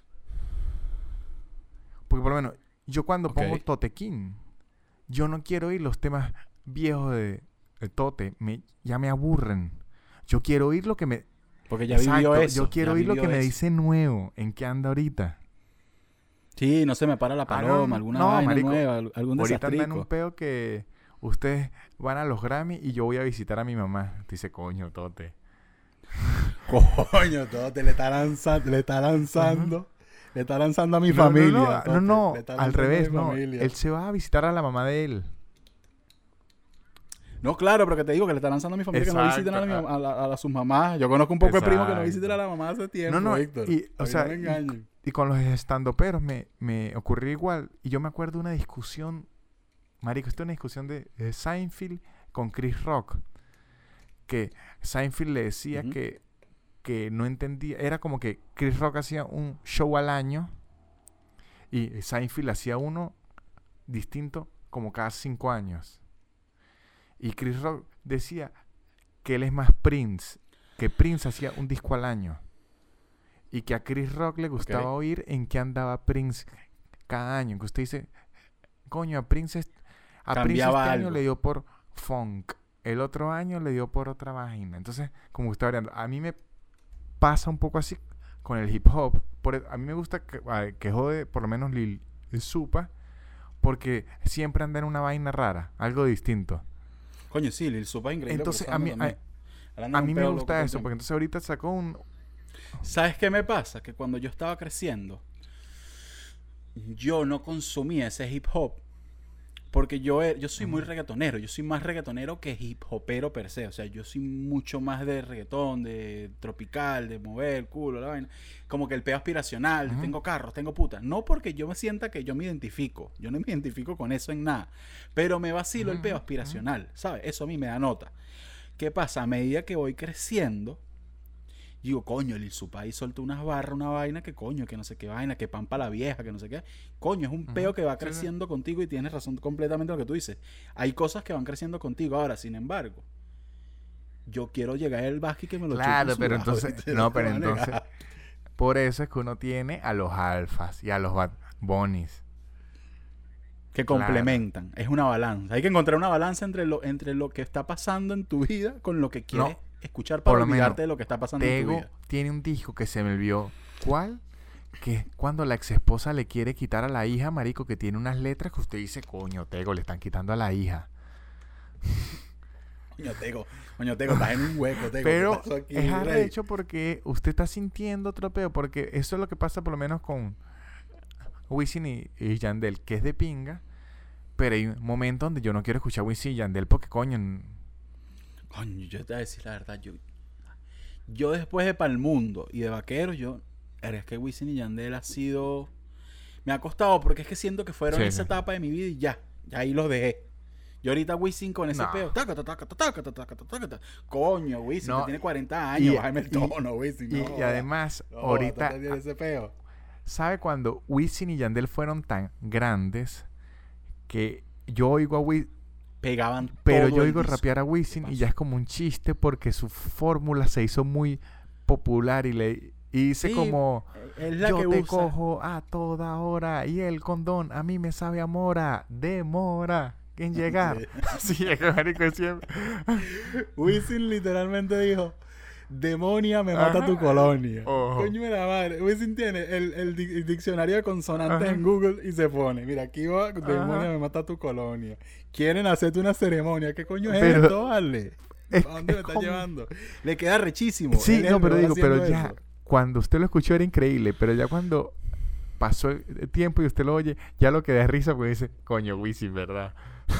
Porque por lo menos, yo cuando Ok. pongo Tote King, yo no quiero oír los temas viejos de, de Tote. Me, ya me aburren. Yo quiero oír lo que me... Porque ya vivió Exacto, eso. yo quiero ya oír lo vivió que me eso. dice nuevo. ¿En qué anda ahorita? Sí, no se me para la Ah, no, paloma, no, alguna no, vaina marico. nueva, al- algún Ahorita anda en un desastrico. peo que ustedes van a los Grammy y yo voy a visitar a mi mamá. Dice, coño, Tote. Coño, todo te le está lanzando, le está lanzando, le está lanzando a mi No, familia. No, no, Tote, no, no, le está al lanzando a mi revés, no. familia. Él se va a visitar a la mamá de él. No, claro, pero que te digo que le está lanzando a mi familia que no Exacto, visiten a, la, mi ah. mam- a, la- a la- sus mamás. Yo conozco un poco de primos que no Exacto. visitan a la mamá hace tiempo, No, no, Víctor. y, A o mí sea, no me y- engañen. Y con los estandoperos me, me ocurrió igual. Y yo me acuerdo de una discusión, marico, esto es una discusión de, de Seinfeld con Chris Rock. Que Seinfeld le decía Ujú. que, que no entendía. Era como que Chris Rock hacía un show al año y Seinfeld hacía uno distinto como cada cinco años. Y Chris Rock decía que él es más Prince, que Prince hacía un disco al año. Y que a Chris Rock le gustaba Ok. oír en qué andaba Prince cada año. Que usted dice, coño, a Prince, est- a Prince Cambiaba este año algo. le dio por funk. El otro año le dio por otra vaina. Entonces, como usted variando. A mí me pasa un poco así con el hip hop. Por, e- a mí me gusta que, a- que jode por lo menos Lil Supa. Porque siempre anda en una vaina rara. Algo distinto. Coño, sí, Lil Supa es increíble. Entonces, pero a mí, eso a, también. Él anda a en un mí me peo loco gusta todo el eso. tiempo. Porque entonces ahorita sacó un... ¿Sabes qué me pasa? Que cuando yo estaba creciendo, yo no consumía ese hip hop. Porque yo, er- yo soy muy reggaetonero. Yo soy más reggaetonero que hip hopero per se. O sea, yo soy mucho más de reggaetón, de tropical, de mover el culo, la vaina. Como que el peo aspiracional, de Ujú. tengo carros, tengo putas. No porque yo me sienta que yo me identifico. Yo no me identifico con eso en nada. Pero me vacilo el Ujú, peo ujú. aspiracional, ¿sabes? Eso a mí me da nota. ¿Qué pasa? A medida que voy creciendo, digo, coño, el Supa ahí soltó unas barras, una vaina, que coño, que no sé qué vaina, que pan para la vieja, que no sé qué. Coño, es un Ujú. peo que va Sí, sí. creciendo contigo y tienes razón completamente lo que tú dices. Hay cosas que van creciendo contigo. Ahora, sin embargo, yo quiero llegar al básquet y que me lo Claro, chupen pero sudado, entonces... ¿viste? No, te pero voy a entonces... negar. Por eso es que uno tiene a los alfas y a los bad bunnies. Que Claro. complementan. Es una balanza. Hay que encontrar una balanza entre lo, entre lo que está pasando en tu vida con lo que quieres No, escuchar por para lo menos, olvidarte de lo que está pasando en tu Tego vida. tiene un disco que se me olvidó. ¿Cuál? Que es cuando la ex esposa le quiere quitar a la hija, marico, que tiene unas letras que usted dice, coño, Tego, le están quitando a la hija. Coño, Tego, coño, Tego, estás en un hueco, Tego. Pero ¿qué pasó aquí, es rey? arrecho porque usted está sintiendo otro peo, porque eso es lo que pasa por lo menos con Wisin y, y Yandel, que es de pinga, Pero hay un momento donde yo no quiero escuchar Wisin y Yandel porque, coño... n- Coño, yo te voy a decir la verdad, yo, yo después de Palmundo y de Vaqueros, yo, es que Wisin y Yandel ha sido, me ha costado porque es que siento que fueron Sí, esa sí. etapa de mi vida y ya, ya ahí los dejé. Yo ahorita Wisin con ese No. peo, taca, taca, taca, taca, taca, taca, taca, taca. Coño, Wisin, No, que tiene cuarenta años, y- bájame el y- tono, Wisin. Y, no y joda. además, No joda, ahorita... tú tienes ese peo. ¿Sabe cuando Wisin y Yandel fueron tan grandes que yo oigo a Wisin... Pegaban Pero todo yo el oigo disco. rapear a Wisin y ya es como un chiste porque su fórmula se hizo muy popular y le y dice Sí, como es la yo que te usa. cojo a toda hora y el condón a mí me sabe a mora, demora en llegar. Sí, es que marico siempre. Wisin literalmente dijo: Demonia me mata Ajá. tu colonia. Ojo. Coño de la madre. Wisin tiene el, el di- el diccionario de consonantes Ajá. en Google y se pone: mira, aquí va, Demonia Ajá. me mata tu colonia. Quieren hacerte una ceremonia. ¿Qué coño es Pero- esto, vale? Es- ¿A dónde es me estás como- llevando? Le queda rechísimo. Sí, Él es no, el pero mejor digo, pero haciendo ya eso. cuando usted lo escuchó era increíble, pero ya cuando pasó el tiempo y usted lo oye, ya lo que da es risa porque dice, coño, Wisin, ¿verdad?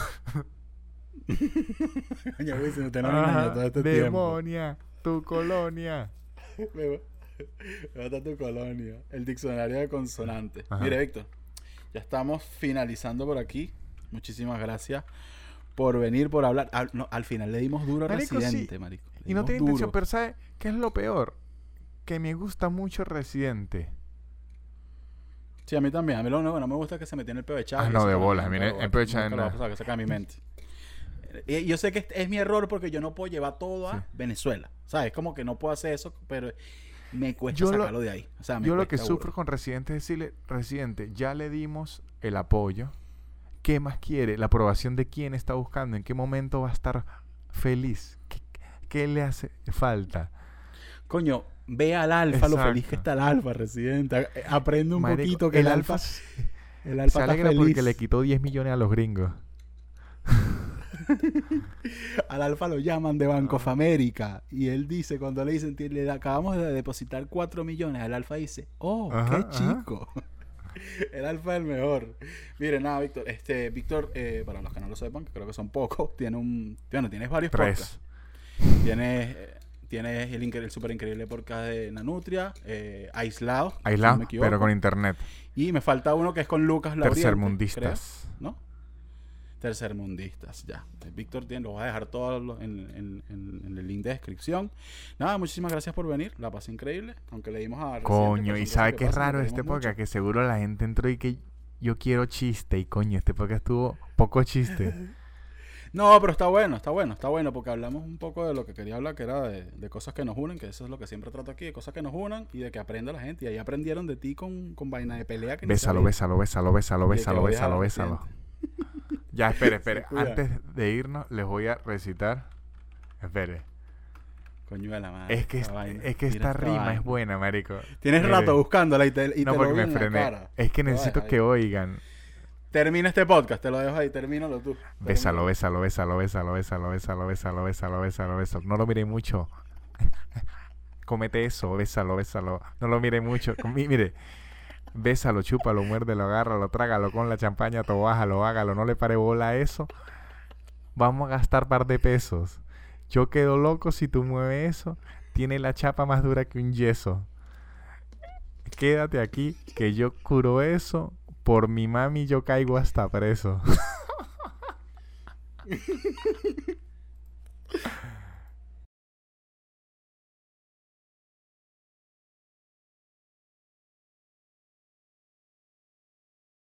Coño, Wisin, usted no me engañó Ajá, todo este tiempo. demonia, tu colonia. Me va- me mata tu colonia. El diccionario de consonantes. Ajá. Mire, Víctor, ya estamos finalizando por aquí. Muchísimas gracias por venir, por hablar. Al, no, al final le dimos duro a Marico, sí. Residente, marico. Le Y no dimos tiene duro. intención, pero ¿sabe qué es lo peor? Que me gusta mucho Residente. Sí, a mí también. A mí lo único que no me gusta es que se metiera en el peo de Chávez. Ah, no, Eso de no, bolas. no, A mí no, el no, peo de nunca Chávez lo voy a no. pasar, que saca de mi mente. Y yo sé que es, es mi error porque yo no puedo llevar todo a Sí. Venezuela. ¿Sabes? Como que no puedo hacer eso, pero me cuesta Yo lo- sacarlo de ahí. O sea, me Yo lo que cuesta sufro burda. con Residente es decirle, Residente, ya le dimos el apoyo. ¿Qué más quiere? La aprobación de quién está buscando, en qué momento va a estar feliz. ¿Qué, qué le hace falta? Coño, ve al alfa, lo feliz Exacto. que está el alfa, Residente. A- Aprende un Marico, poquito que el, alfa, s- el alfa se está alegra feliz. porque le quitó diez millones a los gringos. Al alfa lo llaman de Banco Ah. of America. Y él dice, cuando le dicen, "Ti- le acabamos de depositar cuatro millones, el alfa dice, oh, Ajá, qué ajá. chico. El alfa es el mejor. Miren, nada, Víctor. Este, Víctor, eh, para los que no lo sepan, que creo que son pocos, tiene un. Bueno, tienes varios podcasts. Tres. Tienes, eh, tienes el, incre- el super increíble podcast de Nanutria, eh, Aislado, si no Aislado, me equivoco. pero con internet. Y me falta uno que es con Lucas Lauriente, Tercermundistas. creo, ¿no? Tercermundistas, ya. Eh, Víctor tiene, lo voy a dejar todo lo- en, en- en- en el link de descripción. Nada, muchísimas gracias por venir. La pasé increíble, aunque le dimos a Residente, Coño, pero y son sabe cosas que qué es pasan, raro nos este reímos podcast, que seguro la gente entró y que yo quiero chiste y coño, este podcast estuvo poco chiste. mucho. No, pero está bueno, está bueno, está bueno, porque hablamos un poco de lo que quería hablar, que era de, de cosas que nos unen, que eso es lo que siempre trato aquí, de cosas que nos unan y de que aprenda la gente. Y ahí aprendieron de ti con, con vaina de pelea que ni Bésalo, sabía. bésalo, bésalo, bésalo, Y de que bésalo, odias a bésalo, la bésalo. Residente. Ya, espere, espere. Se cuida. Antes de irnos, les voy a recitar. Espere. Coño de la madre. Es que, esta es, vaina. es que Mira esta rima vaina. es buena, marico. Tienes Mire. rato buscándola y te, y No, te porque lo vi me en la frené. cara. Es que Te voy a necesito dejar que ahí. oigan. Termina este podcast, te lo dejo ahí, termínalo tú. Bésalo, bésalo, bésalo, bésalo, bésalo, bésalo, bésalo, bésalo, bésalo, bésalo. No lo mire mucho. Comete eso, bésalo, bésalo. No lo mire mucho. Mi- Mire, bésalo, chúpalo, muérdelo, agárralo, trágalo con la champaña, tobájalo, hágalo. No le pare bola a eso. Vamos a gastar par de pesos. Yo quedo loco si tú mueves eso. Tiene la chapa más dura que un yeso. Quédate aquí, que yo curo eso. Por mi mami yo caigo hasta preso.